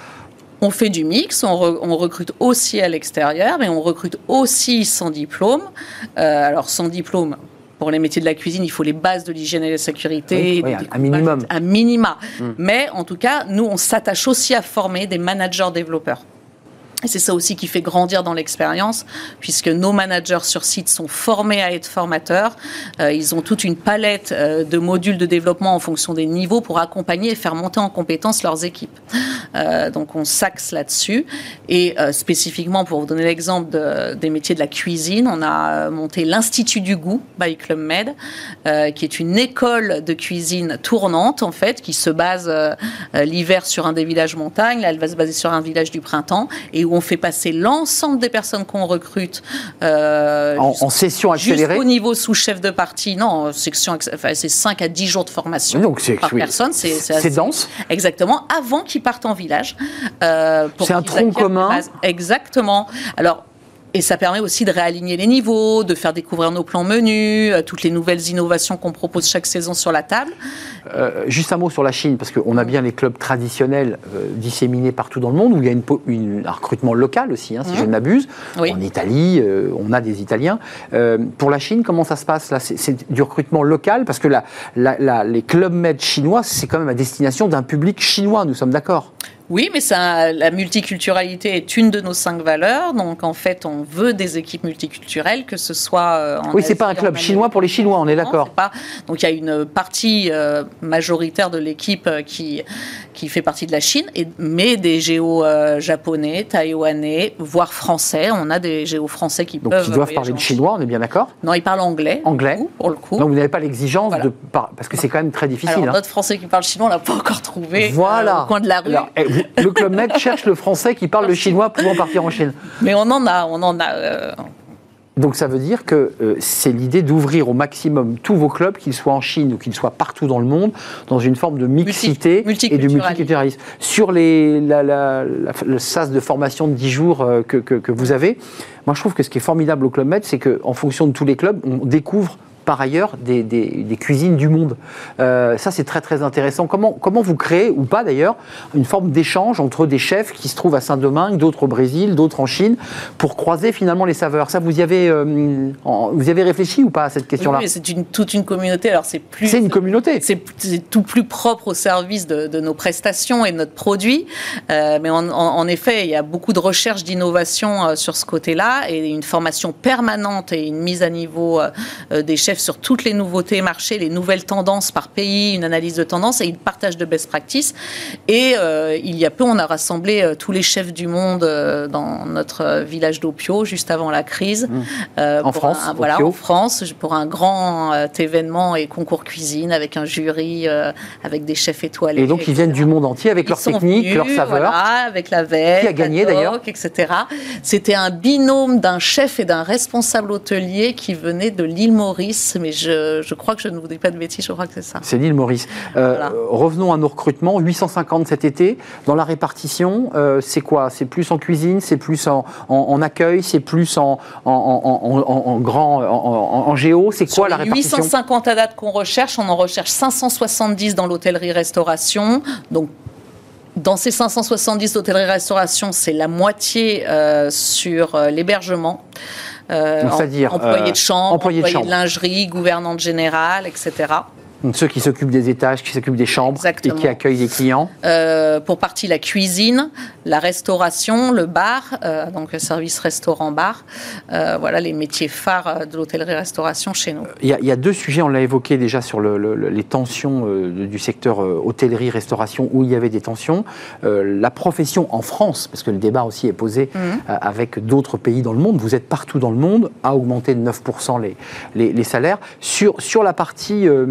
On fait du mix, on, re, on recrute aussi à l'extérieur, mais on recrute aussi sans diplôme. Euh, alors sans diplôme, pour les métiers de la cuisine, il faut les bases de l'hygiène et de la sécurité. Oui, oui, un minimum. Un minima. Mmh. Mais en tout cas, nous, on s'attache aussi à former des managers développeurs. Et c'est ça aussi qui fait grandir dans l'expérience, puisque nos managers sur site sont formés à être formateurs. Euh, ils ont toute une palette euh, de modules de développement en fonction des niveaux pour accompagner et faire monter en compétence leurs équipes. Euh, donc on s'axe là-dessus. Et euh, spécifiquement, pour vous donner l'exemple de, des métiers de la cuisine, on a monté l'Institut du goût by Club Med, euh, qui est une école de cuisine tournante, en fait, qui se base euh, l'hiver sur un des villages montagnes. Là, elle va se baser sur un village du printemps. Et où on fait passer l'ensemble des personnes qu'on recrute euh, en, en session accélérée jusqu'au niveau sous-chef de partie. Non, section, enfin, c'est cinq à dix jours de formation donc c'est, par oui, personne. C'est, c'est, c'est dense. Exactement, avant qu'ils partent en village. Euh, pour c'est un tronc commun. Exactement. Alors, et ça permet aussi de réaligner les niveaux, de faire découvrir nos plans menus, euh, toutes les nouvelles innovations qu'on propose chaque saison sur la table. Euh, juste un mot sur la Chine, parce qu'on a bien les clubs traditionnels euh, disséminés partout dans le monde, où il y a une, une, un recrutement local aussi, hein, si mmh. je ne m'abuse. Oui. En Italie, euh, on a des Italiens. Euh, pour la Chine, comment ça se passe là? c'est, c'est du recrutement local, parce que la, la, la, les clubs med chinois, c'est quand même à destination d'un public chinois, nous sommes d'accord? Oui, mais ça, la multiculturalité est une de nos cinq valeurs. Donc, en fait, on veut des équipes multiculturelles, que ce soit en Oui, c'est Asie, pas un club chinois pour les Chinois, on est d'accord. Pas. Donc, il y a une partie euh, majoritaire de l'équipe qui, qui fait partie de la Chine, et, mais des géos euh, japonais, taïwanais, voire français. On a des géos français qui Donc, peuvent... Donc, ils doivent parler de chinois, on est bien d'accord? Non, ils parlent anglais. Anglais. Coup, pour le coup. Donc, vous n'avez pas l'exigence voilà. de... Par... Parce que c'est quand même très difficile. Alors, hein. notre français qui parle chinois, on l'a pas encore trouvé voilà. euh, au coin de la rue. Alors, le Club Med cherche le français qui parle le chinois pouvant partir en Chine. Mais on en a, on en a. Euh... Donc ça veut dire que euh, c'est l'idée d'ouvrir au maximum tous vos clubs, qu'ils soient en Chine ou qu'ils soient partout dans le monde, dans une forme de mixité Multi- et de multiculturalisme. Sur les, la, la, la, le sas de formation de dix jours euh, que, que, que vous avez, moi je trouve que ce qui est formidable au Club Med, c'est qu'en fonction de tous les clubs, on découvre par ailleurs des, des, des cuisines du monde. Euh, ça, c'est très très intéressant. Comment, comment vous créez, ou pas d'ailleurs, une forme d'échange entre des chefs qui se trouvent à Saint-Domingue, d'autres au Brésil, d'autres en Chine, pour croiser finalement les saveurs? Ça, vous y avez, euh, en, vous y avez réfléchi ou pas à cette question-là? Oui, c'est une, toute une communauté. Alors, c'est plus... C'est une communauté. C'est, c'est tout plus propre au service de, de nos prestations et de notre produit. Euh, mais en, en, en effet, il y a beaucoup de recherche, d'innovation euh, sur ce côté-là, et une formation permanente et une mise à niveau euh, des chefs sur toutes les nouveautés marchés, les nouvelles tendances par pays, une analyse de tendance et une partage de best practices. Et euh, il y a peu, on a rassemblé euh, tous les chefs du monde euh, dans notre village d'Opio, juste avant la crise. Mmh. Euh, en France un, Voilà, en France, pour un grand euh, événement et concours cuisine avec un jury, euh, avec des chefs étoilés. Et donc, ils viennent du monde entier avec leurs techniques, leurs saveurs. Voilà, avec la veille, qui a gagné la doc, d'ailleurs, et cetera. C'était un binôme d'un chef et d'un responsable hôtelier qui venait de l'île Maurice. Mais je, je crois que je ne vous dis pas de bêtises, je crois que c'est ça. C'est l'île Maurice. Euh, voilà. Revenons à nos recrutements, huit cent cinquante cet été. Dans la répartition, euh, c'est quoi? C'est plus en cuisine, c'est plus en, en, en accueil, c'est plus en, en, en, en, en grand, en, en géo? C'est quoi Sur la répartition? huit cent cinquante à date qu'on recherche, on en recherche cinq cent soixante-dix dans l'hôtellerie-restauration. Donc, dans ces cinq cent soixante-dix d'hôtellerie-restauration, c'est la moitié euh, sur euh, l'hébergement. Euh, Donc, c'est-à-dire employés euh, de chambre, employés employés de, de lingerie, gouvernante générale, et cetera. Donc, ceux qui s'occupent des étages, qui s'occupent des chambres. Exactement. Et qui accueillent les clients. Euh, pour partie la cuisine, la restauration, le bar, euh, donc le service restaurant-bar. Euh, voilà les métiers phares de l'hôtellerie-restauration chez nous. Il y, a, il y a deux sujets, on l'a évoqué déjà sur le, le, les tensions euh, du secteur euh, hôtellerie-restauration où il y avait des tensions. Euh, la profession en France, parce que le débat aussi est posé mmh. euh, avec d'autres pays dans le monde, vous êtes partout dans le monde, a augmenté de neuf pour cent les, les, les salaires. Sur, sur la partie... Euh,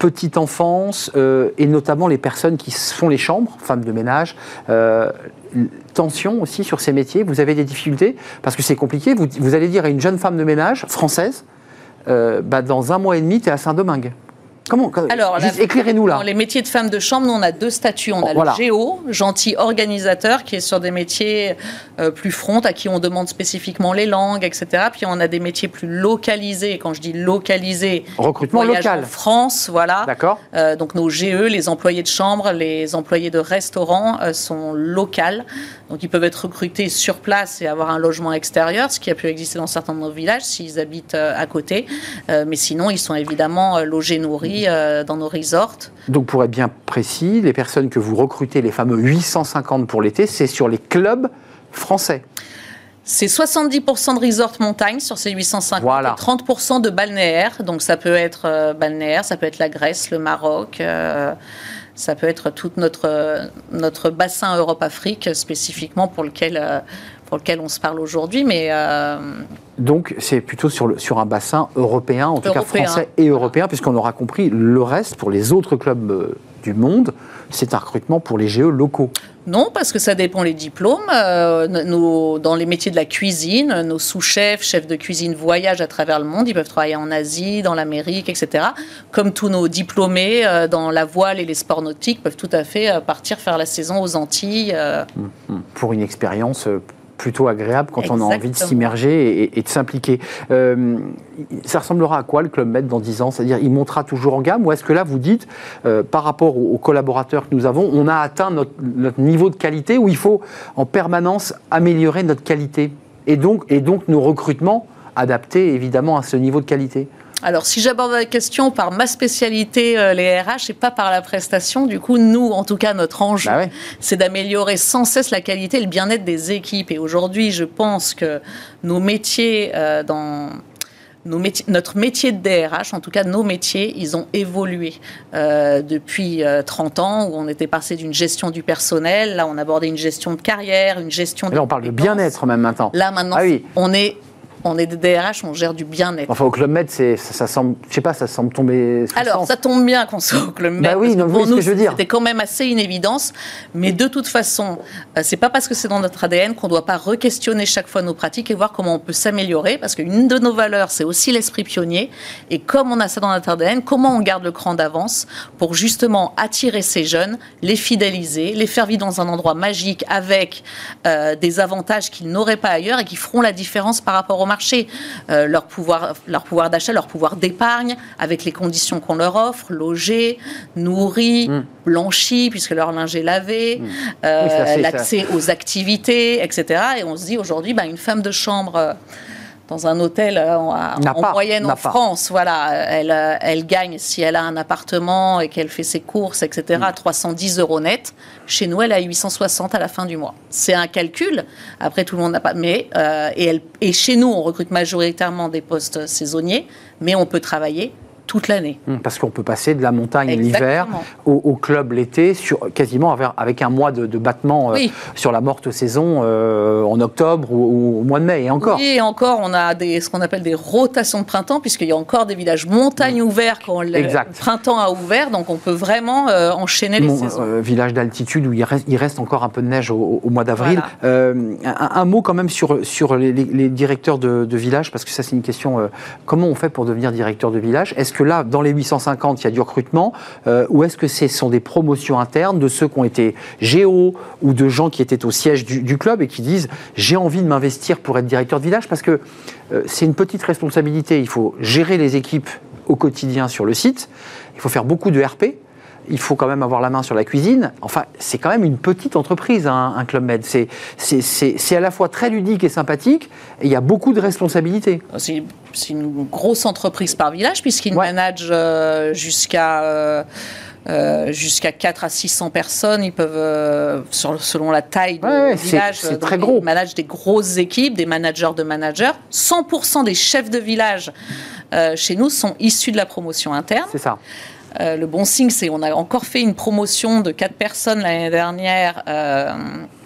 petite enfance, euh, et notamment les personnes qui font les chambres, femmes de ménage. Euh, tension aussi sur ces métiers. Vous avez des difficultés parce que c'est compliqué. Vous, vous allez dire à une jeune femme de ménage française, euh, bah, dans un mois et demi, tu es à Saint-Domingue. Comment, Alors, juste, la, éclairez-nous là. Dans les métiers de femme de chambre, nous, on a deux statuts. On a voilà. le géo, gentil organisateur, qui est sur des métiers euh, plus front, à qui on demande spécifiquement les langues, et cetera. Puis on a des métiers plus localisés. Quand je dis localisés, recrutement local. En France, voilà. D'accord. Euh, donc nos G E, les employés de chambre, les employés de restaurant euh, sont locaux. Donc ils peuvent être recrutés sur place et avoir un logement extérieur, ce qui a pu exister dans certains de nos villages s'ils habitent euh, à côté. Euh, mais sinon, ils sont évidemment euh, logés, nourris euh, dans nos resorts. Donc pour être bien précis, les personnes que vous recrutez, les fameux huit cent cinquante pour l'été, c'est sur les clubs français. C'est soixante-dix pour cent de resort montagne sur ces huit cent cinquante, voilà. Et trente pour cent de balnéaire. Donc ça peut être euh, balnéaire, ça peut être la Grèce, le Maroc... Euh, ça peut être tout notre, notre bassin Europe-Afrique spécifiquement pour lequel, pour lequel on se parle aujourd'hui. Mais, euh... Donc c'est plutôt sur, le, sur un bassin européen, en tout européen. cas français et européen, puisqu'on aura compris le reste, pour les autres clubs du monde, c'est un recrutement pour les G E locaux. Non, parce que ça dépend les diplômes. Euh, nos, dans les métiers de la cuisine, nos sous-chefs, chefs de cuisine voyagent à travers le monde. Ils peuvent travailler en Asie, dans l'Amérique, et cetera. Comme tous nos diplômés euh, dans la voile et les sports nautiques peuvent tout à fait euh, partir faire la saison aux Antilles. Euh. Pour une expérience euh, plutôt agréable quand Exactement. on a envie de s'immerger et, et de s'impliquer. Euh, ça ressemblera à quoi le Club Med dans dix ans ? C'est-à-dire, il montera toujours en gamme, ou est-ce que là, vous dites, euh, par rapport aux, aux collaborateurs que nous avons, on a atteint notre, notre niveau de qualité, où il faut en permanence améliorer notre qualité, et donc, et donc nos recrutements adaptés évidemment à ce niveau de qualité ? Alors, si j'aborde la question par ma spécialité, euh, les R H, et pas par la prestation, du coup, nous, en tout cas, notre enjeu, bah ouais. c'est d'améliorer sans cesse la qualité et le bien-être des équipes. Et aujourd'hui, je pense que nos métiers, euh, dans... Nos métiers, notre métier de D R H, en tout cas nos métiers, ils ont évolué euh, depuis euh, trente ans, où on était passé d'une gestion du personnel, là on abordait une gestion de carrière, une gestion de... Là on parle de bien-être même maintenant. Là maintenant, ah oui. on est... On est des D R H, on gère du bien-être. Enfin, au Club Med, c'est, ça, ça semble, je sais pas, ça semble tomber. Alors, ça tombe bien qu'on soit au Club Med. Bah oui, non, pour oui, nous, ce que je veux dire. C'était quand même assez une évidence. Mais de toute façon, euh, c'est pas parce que c'est dans notre A D N qu'on doit pas re-questionner chaque fois nos pratiques et voir comment on peut s'améliorer. Parce qu'une de nos valeurs, c'est aussi l'esprit pionnier. Et comme on a ça dans notre A D N, comment on garde le cran d'avance pour justement attirer ces jeunes, les fidéliser, les faire vivre dans un endroit magique avec euh, des avantages qu'ils n'auraient pas ailleurs et qui feront la différence par rapport au marché. Euh, leur pouvoir, leur pouvoir d'achat, leur pouvoir d'épargne, avec les conditions qu'on leur offre, logés, nourris, mmh. blanchis, puisque leur linge est lavé, mmh. euh, oui, ça, l'accès ça. aux activités, et cetera. Et on se dit aujourd'hui, bah, une femme de chambre euh, dans un hôtel euh, en, en pas, moyenne en pas. France, voilà, elle, elle gagne, si elle a un appartement et qu'elle fait ses courses, et cetera, mmh. trois cent dix euros net. Chez nous, elle a huit cent soixante à la fin du mois. C'est un calcul. Après, tout le monde n'a pas. Mais euh, et, elle, et chez nous, on recrute majoritairement des postes saisonniers, mais on peut travailler toute l'année. Parce qu'on peut passer de la montagne l'hiver au, au club l'été, sur, quasiment avec, avec un mois de, de battement euh, oui. sur la morte saison euh, en octobre ou, ou au mois de mai, et encore. Oui, et encore, on a des, ce qu'on appelle des rotations de printemps, puisqu'il y a encore des villages montagnes mmh. ouverts quand le exact. printemps a ouvert, donc on peut vraiment euh, enchaîner les bon, saisons. Euh, village d'altitude où il reste, il reste encore un peu de neige au, au mois d'avril. Voilà. Euh, un, un mot quand même sur, sur les, les, les directeurs de, de village, parce que ça c'est une question, euh, comment on fait pour devenir directeur de village ? Est-ce que là, dans les huit cent cinquante, il y a du recrutement, euh, ou est-ce que ce sont des promotions internes de ceux qui ont été géo ou de gens qui étaient au siège du, du club et qui disent « j'ai envie de m'investir pour être directeur de village » parce que euh, c'est une petite responsabilité. Il faut gérer les équipes au quotidien sur le site, il faut faire beaucoup de R P, il faut quand même avoir la main sur la cuisine. Enfin, c'est quand même une petite entreprise, hein, un Club Med. C'est, c'est, c'est, c'est à la fois très ludique et sympathique, et il y a beaucoup de responsabilités. C'est, c'est une grosse entreprise par village, puisqu'ils ouais. managent euh, jusqu'à... Euh Euh, jusqu'à quatre à six cents personnes, ils peuvent, euh, sur, selon la taille du ouais, village, c'est, c'est très gros. Ils managent des grosses équipes, des managers de managers. cent pour cent des chefs de village euh, chez nous sont issus de la promotion interne. C'est ça. Euh, le bon signe, c'est qu'on a encore fait une promotion de quatre personnes l'année dernière. Euh,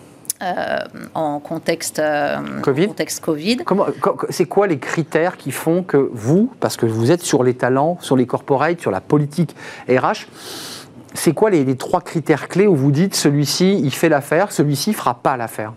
euh, en contexte, euh, COVID. contexte Covid. Comment, c'est quoi les critères qui font que vous, parce que vous êtes sur les talents, sur les corporates, sur la politique R H, c'est quoi les, les trois critères clés où vous dites celui-ci, il fait l'affaire, celui-ci ne fera pas l'affaire?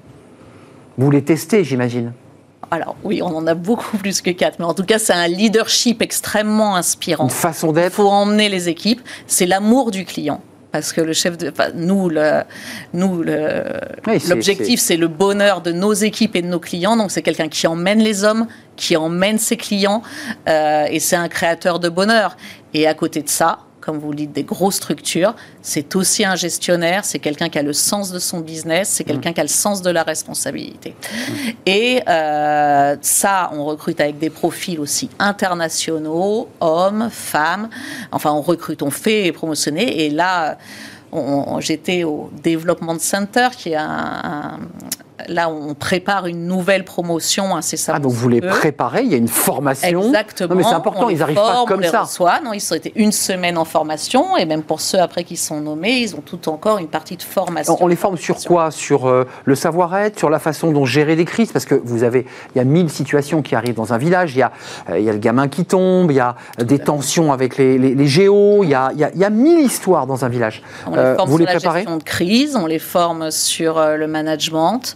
Vous les testez, j'imagine. Alors oui, on en a beaucoup plus que quatre, mais en tout cas, c'est un leadership extrêmement inspirant. Une façon d'être. Il faut emmener les équipes. C'est l'amour du client. Parce que le chef de, enfin, nous, le, nous le, oui, c'est, l'objectif, c'est... c'est le bonheur de nos équipes et de nos clients. Donc, c'est quelqu'un qui emmène les hommes, qui emmène ses clients, euh, et c'est un créateur de bonheur. Et à côté de ça, comme vous le dites, des grosses structures, c'est aussi un gestionnaire, c'est quelqu'un qui a le sens de son business, c'est quelqu'un mmh. qui a le sens de la responsabilité. Mmh. Et euh, ça, on recrute avec des profils aussi internationaux, hommes, femmes. Enfin, on recrute, on fait promotionner. Et là, on, on, j'étais au Development Center, qui est un... un Là, on prépare une nouvelle promotion incessamment. Ah, donc vous les préparez, il y a une formation. Exactement. Non, mais c'est important, ils n'arrivent pas comme on les ça. Reçoit. Non, ils ont été une semaine en formation, et même pour ceux après qui sont nommés, ils ont tout encore une partie de formation. On les forme sur quoi? Sur euh, le savoir-être, sur la façon dont gérer des crises? Parce que vous avez, il y a mille situations qui arrivent dans un village. Il y a, euh, il y a le gamin qui tombe, il y a tout des tensions avec les, les, les géos, il y, a, il, y a, il y a mille histoires dans un village. On les forme euh, vous sur les la préparez? gestion de crise, on les forme sur euh, le management.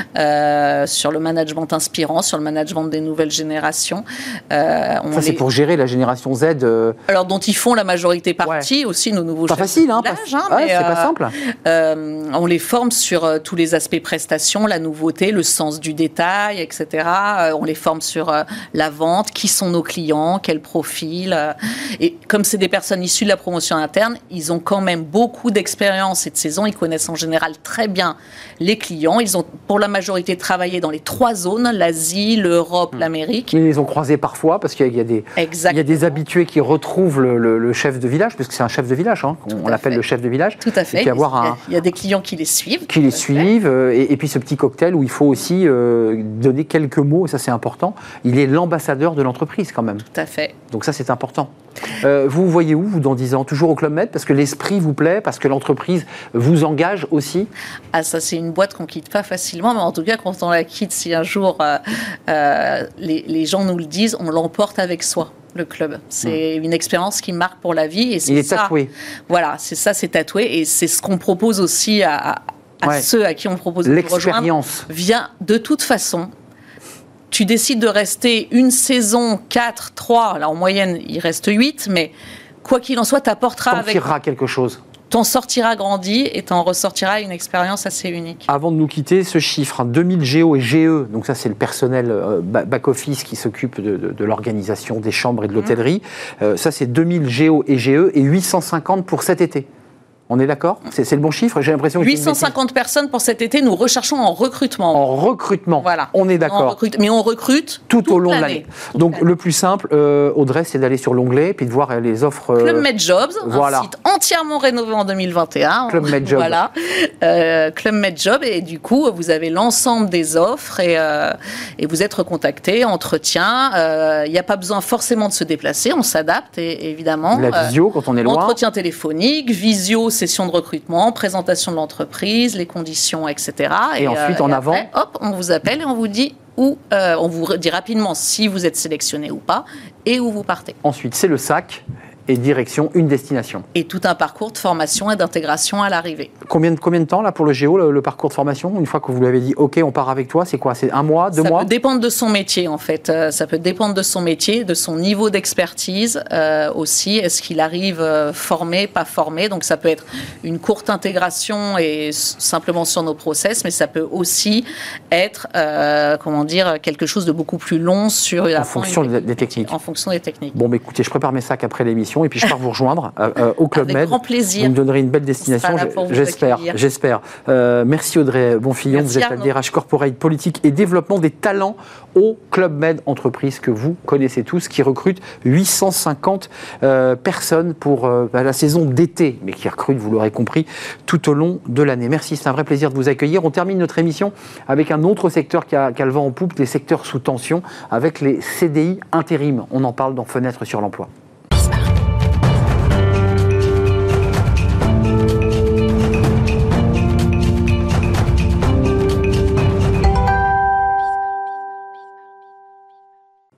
Euh, sur le management inspirant, sur le management des nouvelles générations. Euh, on Ça, les... c'est pour gérer la génération Z. Euh... Alors, dont ils font la majorité partie, ouais. aussi nos nouveaux pas chefs facile, de hein, village. Pas... Hein, ouais, mais, c'est euh, pas simple. Euh, on les forme sur euh, tous les aspects prestations, la nouveauté, le sens du détail, et cetera. Euh, on les forme sur euh, la vente, qui sont nos clients, quel profil. Euh, et comme c'est des personnes issues de la promotion interne, ils ont quand même beaucoup d'expérience et de saison. Ils connaissent en général très bien les clients. Ils ont, pour la majorité, travaillé dans les trois zones, l'Asie, l'Europe, mmh. l'Amérique. Ils les ont croisés parfois parce qu'il y a des, il y a des habitués qui retrouvent le, le, le chef de village, parce que c'est un chef de village, hein, on, on l'appelle fait. le chef de village. Tout à fait. Il y, avoir il, y a, un, il y a des clients qui les suivent. Qui les suivent, et, et puis ce petit cocktail où il faut aussi euh, donner quelques mots, et ça c'est important. Il est l'ambassadeur de l'entreprise quand même. Tout à fait. Donc ça c'est important. Euh, vous voyez où, vous, dans dix ans? Toujours au Club Med, parce que l'esprit vous plaît, parce que l'entreprise vous engage aussi? Ah, ça, c'est une boîte qu'on ne quitte pas facilement, mais en tout cas, quand on la quitte, si un jour euh, euh, les, les gens nous le disent, on l'emporte avec soi. Le club, c'est mmh. une expérience qui marque pour la vie, et c'est Il est ça. tatoué. Voilà, c'est ça, c'est tatoué, et c'est ce qu'on propose aussi à, à, à ouais. ceux à qui on propose de rejoindre. L'expérience vient de toute façon. Tu décides de rester une saison, quatre, trois, là en moyenne il reste huit, mais quoi qu'il en soit, t'apporteras T'en avec... tireras quelque chose. T'en sortiras grandi et t'en ressortiras une expérience assez unique. Avant de nous quitter, ce chiffre, hein, deux mille Géo et G E, donc ça c'est le personnel euh, back-office qui s'occupe de, de, de l'organisation des chambres et de l'hôtellerie, mmh. euh, ça c'est deux mille Géo et G E et huit cent cinquante pour cet été. On est d'accord? c'est, c'est le bon chiffre? J'ai l'impression que huit cent cinquante personnes pour cet été, nous recherchons en recrutement. En recrutement, voilà. On est d'accord. On recrute, mais on recrute tout au long l'année. de l'année. Donc l'année. Le plus simple, euh, Audrey, c'est d'aller sur l'onglet puis de voir les offres. Euh... Club Med Jobs, voilà. un site entièrement rénové en deux mille vingt et un. Club Med Jobs. Voilà, euh, Club Med Jobs, et du coup, vous avez l'ensemble des offres et, euh, et vous êtes recontacté, entretien. Il euh, n'y a pas besoin forcément de se déplacer, on s'adapte et, évidemment. La visio euh, quand on est loin. Entretien téléphonique, visio, session de recrutement, présentation de l'entreprise, les conditions, et cetera. Et, et ensuite, euh, en et avant après, hop, on vous appelle et on vous dit où, euh, on vous dit rapidement si vous êtes sélectionné ou pas et où vous partez. Ensuite, c'est le sac et direction une destination. Et tout un parcours de formation et d'intégration à l'arrivée. Combien de, combien de temps là pour le Géo, le, le parcours de formation? Une fois que vous lui avez dit, OK, on part avec toi, c'est quoi? C'est un mois, deux ça mois? Ça peut dépendre de son métier en fait. Euh, ça peut dépendre de son métier, de son niveau d'expertise euh, aussi. Est-ce qu'il arrive euh, formé, pas formé? Donc ça peut être une courte intégration et s- simplement sur nos process, mais ça peut aussi être, euh, comment dire, quelque chose de beaucoup plus long sur en fonction des, des techniques. En fonction des techniques. Bon, mais écoutez, je prépare mes sacs après l'émission. Et puis je pars vous rejoindre euh, euh, au Club Avec Med. Avec grand plaisir. Vous me donnerez une belle destination, j'espère. J'espère. Euh, merci Audrey Bonfillon, merci vous êtes Arnaud. La D R H Corporate Politique et Développement des talents au Club Med, entreprise que vous connaissez tous, qui recrute huit cent cinquante euh, personnes pour euh, la saison d'été, mais qui recrute, vous l'aurez compris, tout au long de l'année. Merci, c'est un vrai plaisir de vous accueillir. On termine notre émission avec un autre secteur qui a, qui a le vent en poupe, les secteurs sous tension, avec les C D I intérim. On en parle dans Fenêtre sur l'emploi.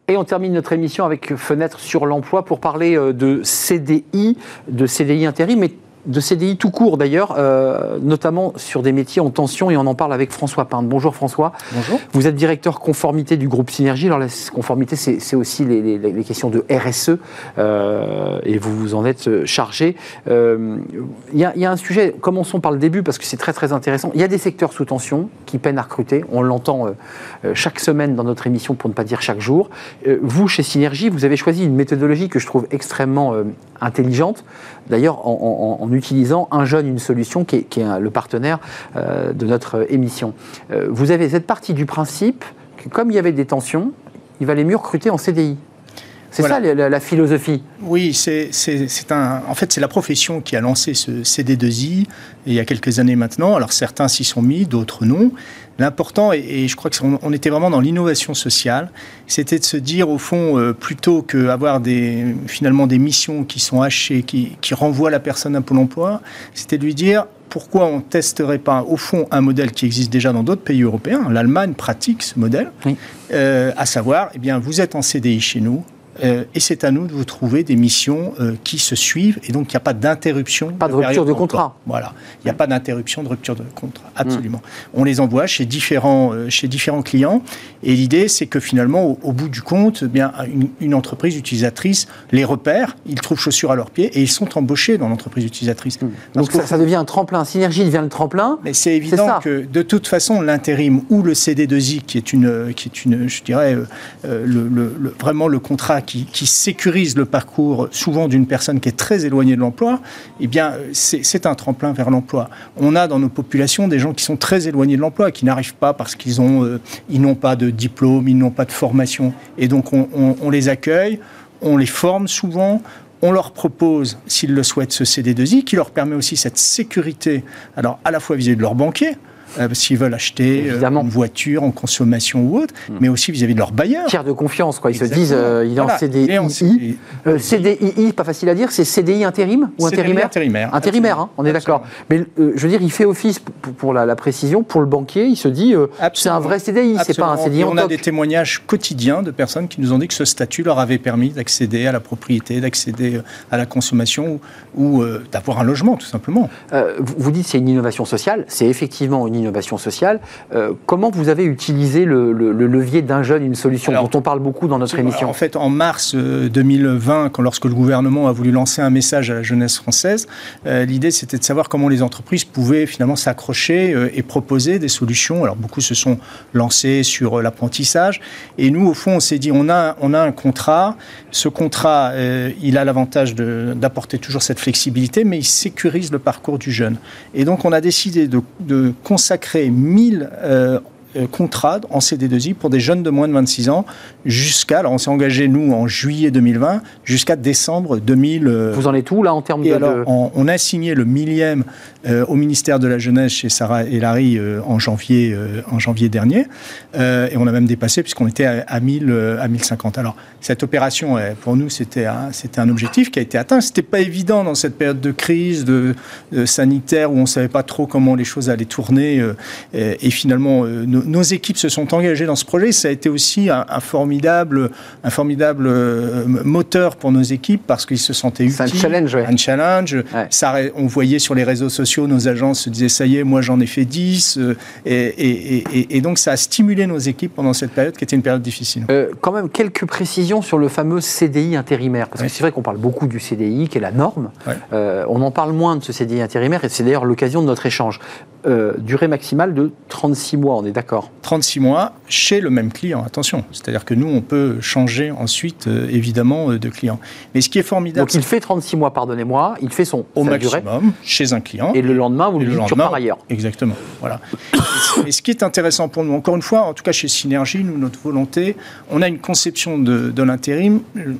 Et on termine notre émission avec Fenêtre sur l'emploi pour parler de C D I, de C D I intérim, mais de C D I tout court d'ailleurs, euh, notamment sur des métiers en tension, et on en parle avec François Pinte. Bonjour François. Bonjour. Vous êtes directeur conformité du groupe Synergie. Alors la conformité, c'est, c'est aussi les, les, les questions de R S E, euh, et vous vous en êtes chargé. Il euh, y, y a un sujet, commençons par le début, parce que c'est très très intéressant. Il y a des secteurs sous tension qui peinent à recruter. On l'entend euh, chaque semaine dans notre émission, pour ne pas dire chaque jour. Euh, vous, chez Synergie, vous avez choisi une méthodologie que je trouve extrêmement euh, intelligente. D'ailleurs, en, en, en utilisant Un jeune, une solution, qui est, qui est le partenaire euh, de notre émission. Euh, vous avez cette partie du principe que, comme il y avait des tensions, il valait mieux recruter en C D I. C'est voilà. ça la, la philosophie. Oui, c'est, c'est, c'est un, en fait, c'est la profession qui a lancé ce C D deux I il y a quelques années maintenant. Alors certains s'y sont mis, d'autres non. L'important, et, et je crois qu'on on était vraiment dans l'innovation sociale, c'était de se dire, au fond, euh, plutôt qu'avoir des, finalement des missions qui sont hachées, qui, qui renvoient la personne à Pôle emploi, c'était de lui dire, pourquoi on ne testerait pas, au fond, un modèle qui existe déjà dans d'autres pays européens. L'Allemagne pratique ce modèle, oui. euh, à savoir, eh bien, vous êtes en C D I chez nous, Euh, et c'est à nous de vous trouver des missions euh, qui se suivent, et donc il n'y a pas d'interruption. Pas de, de rupture de contrat. Voilà, il n'y a pas d'interruption de rupture de contrat, absolument. Mmh. On les envoie chez différents, euh, chez différents clients, et l'idée c'est que finalement, au, au bout du compte, eh bien, une, une entreprise utilisatrice les repère, ils trouvent chaussures à leurs pieds, et ils sont embauchés dans l'entreprise utilisatrice. Mmh. Donc ça, ça devient un tremplin, Synergie devient le tremplin. Mais c'est évident c'est que de toute façon, l'intérim ou le C D deux I, qui est une, qui est une je dirais, euh, le, le, le, vraiment le contrat Qui, qui sécurise le parcours souvent d'une personne qui est très éloignée de l'emploi, eh bien, c'est, c'est un tremplin vers l'emploi. On a dans nos populations des gens qui sont très éloignés de l'emploi, qui n'arrivent pas parce qu'ils ont, euh, ils n'ont pas de diplôme, ils n'ont pas de formation. Et donc, on, on, on les accueille, on les forme souvent, on leur propose, s'ils le souhaitent, ce C D deux I, qui leur permet aussi cette sécurité, alors à la fois vis-à-vis de leur banquier, Euh, s'ils veulent acheter euh, une voiture en consommation ou autre, mmh. mais aussi vis-à-vis de leur bailleur. Tiers de confiance, quoi. Ils Exactement. se disent, euh, il est voilà. en C D I. En C D I. Euh, C D I, pas facile à dire, c'est C D I intérim ou intérimaire Intérimaire. Intérimaire, hein, on est Absolument. d'accord. Mais euh, je veux dire, il fait office, pour, pour la, la précision, pour le banquier, il se dit, euh, c'est un vrai C D I, Absolument. c'est pas un C D I en On toc. a des témoignages quotidiens de personnes qui nous ont dit que ce statut leur avait permis d'accéder à la propriété, d'accéder à la consommation ou, ou euh, d'avoir un logement, tout simplement. Euh, vous, vous dites que c'est une innovation sociale, c'est effectivement une innovation sociale. Euh, comment vous avez utilisé le, le, le levier d'un jeune, une solution Alors, dont on parle beaucoup dans notre émission? En fait, en mars deux mille vingt, quand, lorsque le gouvernement a voulu lancer un message à la jeunesse française, euh, l'idée c'était de savoir comment les entreprises pouvaient finalement s'accrocher euh, et proposer des solutions. Alors beaucoup se sont lancés sur euh, l'apprentissage, et nous, au fond, on s'est dit, on a, on a un contrat. Ce contrat, euh, il a l'avantage de, d'apporter toujours cette flexibilité, mais il sécurise le parcours du jeune. Et donc, on a décidé de, de consacrer mille Euh, contrat en C D deux I pour des jeunes de moins de vingt-six ans jusqu'à, alors on s'est engagé nous en juillet deux mille vingt jusqu'à décembre deux mille. Vous en êtes où là en termes et de... alors, on, on a signé le millième euh, au ministère de la Jeunesse chez Sarah El Haïry euh, en janvier euh, en janvier dernier euh, et on a même dépassé puisqu'on était à, à mille euh, à mille cinquante. Alors cette opération euh, pour nous c'était un, c'était un objectif qui a été atteint. C'était pas évident dans cette période de crise de, de sanitaire où on savait pas trop comment les choses allaient tourner euh, et, et finalement euh, nos, nos équipes se sont engagées dans ce projet. Ça a été aussi un, un formidable, un formidable euh, moteur pour nos équipes parce qu'ils se sentaient utiles. C'est un challenge, ouais. Un challenge. Ouais. Ça, on voyait sur les réseaux sociaux, nos agences se disaient ça y est, moi j'en ai fait dix. Euh, et, et, et, et donc ça a stimulé nos équipes pendant cette période qui était une période difficile. Euh, quand même quelques précisions sur le fameux C D I intérimaire. Parce ouais. que c'est vrai qu'on parle beaucoup du C D I qui est la norme. Ouais. Euh, on en parle moins de ce C D I intérimaire et c'est d'ailleurs l'occasion de notre échange. Euh, durée maximale de trente-six mois, on est d'accord? trente-six mois chez le même client, attention. C'est-à-dire que nous, on peut changer ensuite, euh, évidemment, euh, de client. Mais ce qui est formidable... Donc il fait trente-six mois, pardonnez-moi, il fait son au maximum durée, chez un client. Et le lendemain, vous le dites sur par ailleurs. Exactement, voilà. Et ce qui est intéressant pour nous, encore une fois, en tout cas chez Synergie, nous, notre volonté, on a une conception de, de l'intérim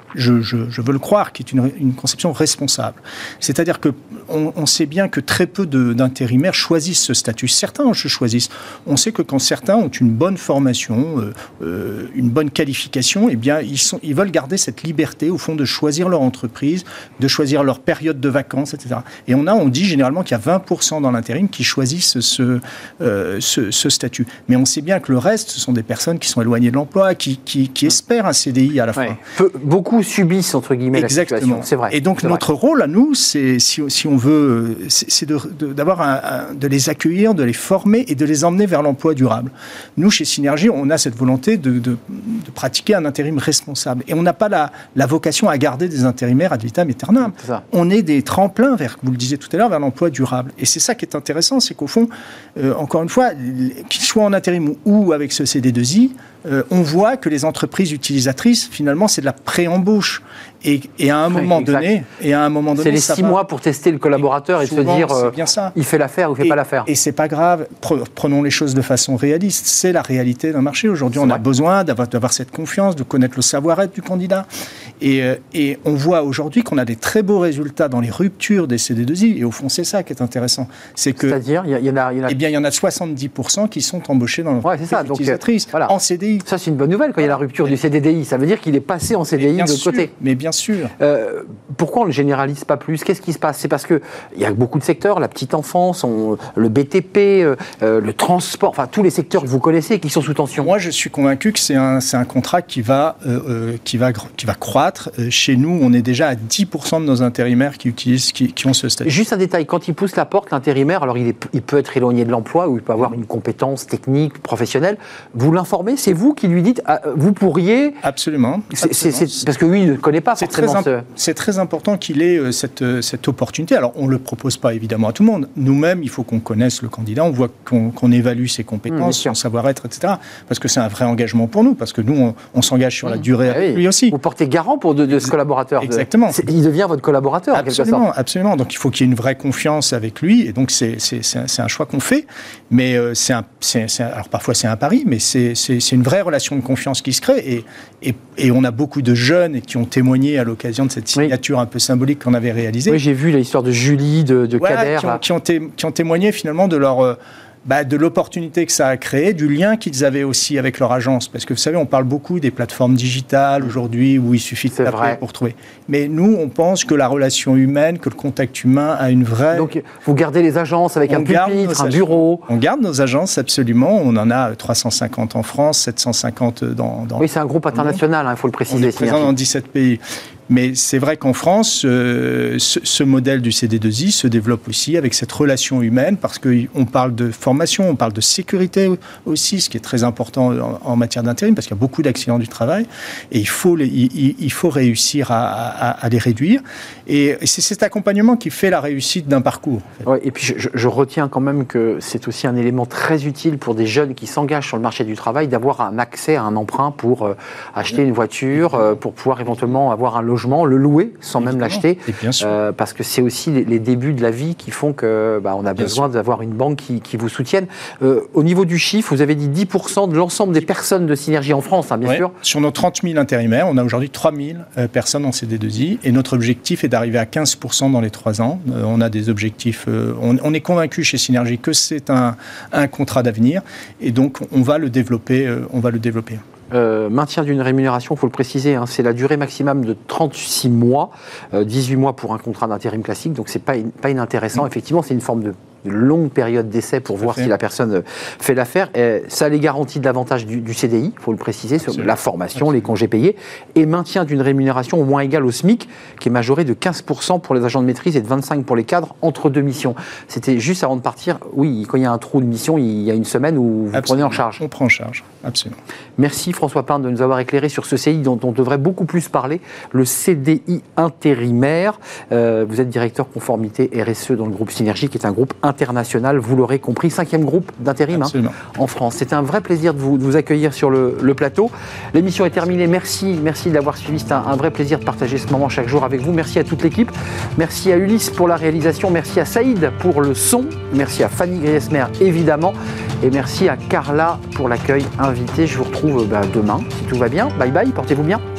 je, je, je veux le croire, qui est une, une conception responsable. C'est-à-dire qu'on on sait bien que très peu de, d'intérimaires choisissent ce statut. Certains le choisissent. On sait que quand certains ont une bonne formation, euh, euh, une bonne qualification, eh bien, ils, sont, ils veulent garder cette liberté, au fond, de choisir leur entreprise, de choisir leur période de vacances, et cetera. Et on a, on dit généralement qu'il y a vingt pour cent dans l'intérim qui choisissent ce, euh, ce, ce statut. Mais on sait bien que le reste, ce sont des personnes qui sont éloignées de l'emploi, qui, qui, qui espèrent un C D I à la fin. Ouais. Peu, beaucoup subissent, entre guillemets, Exactement. la situation. C'est vrai. Et donc, c'est notre vrai. rôle à nous, c'est, si, si on veut, c'est, c'est de, de, d'avoir un, un, de les accueillir, de les former et de les emmener vers l'emploi durable. Nous, chez Synergie, on a cette volonté de, de, de pratiquer un intérim responsable. Et on n'a pas la, la vocation à garder des intérimaires ad vitam aeternam. On est des tremplins vers, vous le disiez tout à l'heure, vers l'emploi durable. Et c'est ça qui est intéressant, c'est qu'au fond, euh, encore une fois, qu'ils soient en intérim ou avec ce C D deux I, euh, on voit que les entreprises utilisatrices, finalement, c'est de la pré-embauche. Et, et à un moment oui, donné, et à un moment donné, c'est les ça six va. mois pour tester le collaborateur et, et souvent, se dire, euh, bien ça. il fait l'affaire ou il fait et, pas l'affaire. Et c'est pas grave. Prenons les choses de façon réaliste. C'est la réalité d'un marché. Aujourd'hui, c'est on vrai. a besoin d'avoir, d'avoir cette confiance, de connaître le savoir-être du candidat. Et, et on voit aujourd'hui qu'on a des très beaux résultats dans les ruptures des C D deux I. Et au fond, c'est ça qui est intéressant. C'est que, c'est-à-dire, il y, y en a, il y en a. Eh bien, il y en a soixante-dix pour cent qui sont embauchés dans l'entreprise ouais, c'est ça. Donc, utilisatrice euh, voilà. en C D I. Ça, c'est une bonne nouvelle quand il y a la rupture du C D D I. Ça veut dire qu'il est passé en C D I de l'autre côté. Mais bien sûr. Euh, pourquoi on ne le généralise pas plus ? Qu'est-ce qui se passe ? C'est parce qu'il y a beaucoup de secteurs, la petite enfance, on, le B T P, euh, le transport, enfin tous les secteurs que vous connaissez qui sont sous tension. Moi, je suis convaincu que c'est un, c'est un contrat qui va, euh, qui, va, qui va croître. Euh, chez nous, on est déjà à dix pour cent de nos intérimaires qui, utilisent, qui, qui ont ce statut. Juste un détail, quand il pousse la porte, l'intérimaire, alors il, est, il peut être éloigné de l'emploi ou il peut avoir une compétence technique, professionnelle. Vous l'informez, c'est vous qui lui dites, ah, vous pourriez... Absolument. C'est, c'est, c'est, parce que lui, il ne connaît pas c'est forcément très imp- ce... C'est très important qu'il ait euh, cette, euh, cette opportunité. Alors, on ne le propose pas évidemment à tout le monde. Nous-mêmes, il faut qu'on connaisse le candidat, on voit qu'on, qu'on évalue ses compétences, mmh, son savoir-être, et cetera. Parce que c'est un vrai engagement pour nous, parce que nous, on, on s'engage sur mmh. la durée avec oui. lui aussi. Vous portez garant pour de, de ce collaborateur. Exactement. C'est, il devient votre collaborateur, absolument, en quelque sorte. Absolument. Donc, il faut qu'il y ait une vraie confiance avec lui. Et donc, c'est, c'est, c'est, un, c'est un choix qu'on fait. Mais euh, c'est un, c'est, c'est un, alors, parfois, c'est un pari, mais c'est, c'est, c'est une vraie relation de confiance qui se crée. Et, et, et on a beaucoup de jeunes qui ont témoigné à l'occasion de cette signature oui. un peu symbolique qu'on avait réalisée. Oui, j'ai vu l'histoire de Julie, de, de voilà, Kader. Qui ont, qui, ont té, qui ont témoigné finalement de leur... Euh, Bah, de l'opportunité que ça a créé, du lien qu'ils avaient aussi avec leur agence. Parce que vous savez, on parle beaucoup des plateformes digitales aujourd'hui où il suffit de taper pour trouver. Mais nous, on pense que la relation humaine, que le contact humain a une vraie... Donc, vous gardez les agences avec on un pupitre, un bureau. On garde nos agences, absolument. On en a trois cent cinquante en France, sept cent cinquante dans... dans oui, c'est un groupe international, il hein, faut le préciser. On est présent dans dix-sept pays. Mais c'est vrai qu'en France, euh, ce, ce modèle du C D deux I se développe aussi avec cette relation humaine, parce qu'on parle de formation, on parle de sécurité aussi, ce qui est très important en, en matière d'intérim, parce qu'il y a beaucoup d'accidents du travail, et il faut, les, il, il faut réussir à, à, à les réduire. Et, et c'est cet accompagnement qui fait la réussite d'un parcours. En fait. Ouais, et puis je, je retiens quand même que c'est aussi un élément très utile pour des jeunes qui s'engagent sur le marché du travail, d'avoir un accès à un emprunt pour euh, acheter une voiture, euh, pour pouvoir éventuellement avoir un logement, le louer sans même l'acheter, euh, parce que c'est aussi les, les débuts de la vie qui font que bah, on a bien besoin sûr. d'avoir une banque qui, qui vous soutienne. Euh, au niveau du chiffre, vous avez dit dix pour cent de l'ensemble des personnes de Synergie en France, hein, bien ouais. sûr. Sur nos trente mille intérimaires, on a aujourd'hui trois mille euh, personnes en C D deux I, et notre objectif est d'arriver à quinze pour cent dans les trois ans. Euh, on a des objectifs, euh, on, on est convaincu chez Synergie que c'est un, un contrat d'avenir, et donc on va le développer. Euh, on va le développer. Euh, maintien d'une rémunération, il faut le préciser, hein, c'est la durée maximum de trente-six mois, euh, dix-huit mois pour un contrat d'intérim classique, donc c'est pas, in, pas inintéressant. Mmh. Effectivement, c'est une forme de une longue période d'essai pour voir si la personne fait l'affaire. Et ça les garantit de l'avantage du, du C D I, il faut le préciser, sur la formation, Absolument. les congés payés, et maintien d'une rémunération au moins égale au SMIC, qui est majorée de quinze pour cent pour les agents de maîtrise et de vingt-cinq pour cent pour les cadres entre deux missions. C'était juste avant de partir, oui, quand il y a un trou de mission, il y a une semaine où vous Absolument. prenez en charge. On prend en charge, absolument. Merci François Pin de nous avoir éclairé sur ce C D I dont on devrait beaucoup plus parler, le C D I intérimaire. Euh, vous êtes directeur conformité R S E dans le groupe Synergie, qui est un groupe international, vous l'aurez compris, cinquième groupe d'intérim hein, en France. C'était un vrai plaisir de vous, de vous accueillir sur le, le plateau. L'émission est terminée. Merci, merci de l'avoir suivi. C'est un, un vrai plaisir de partager ce moment chaque jour avec vous. Merci à toute l'équipe. Merci à Ulysse pour la réalisation. Merci à Saïd pour le son. Merci à Fanny Griesmer, évidemment. Et merci à Carla pour l'accueil invité. Je vous retrouve bah, demain, si tout va bien. Bye bye, portez-vous bien.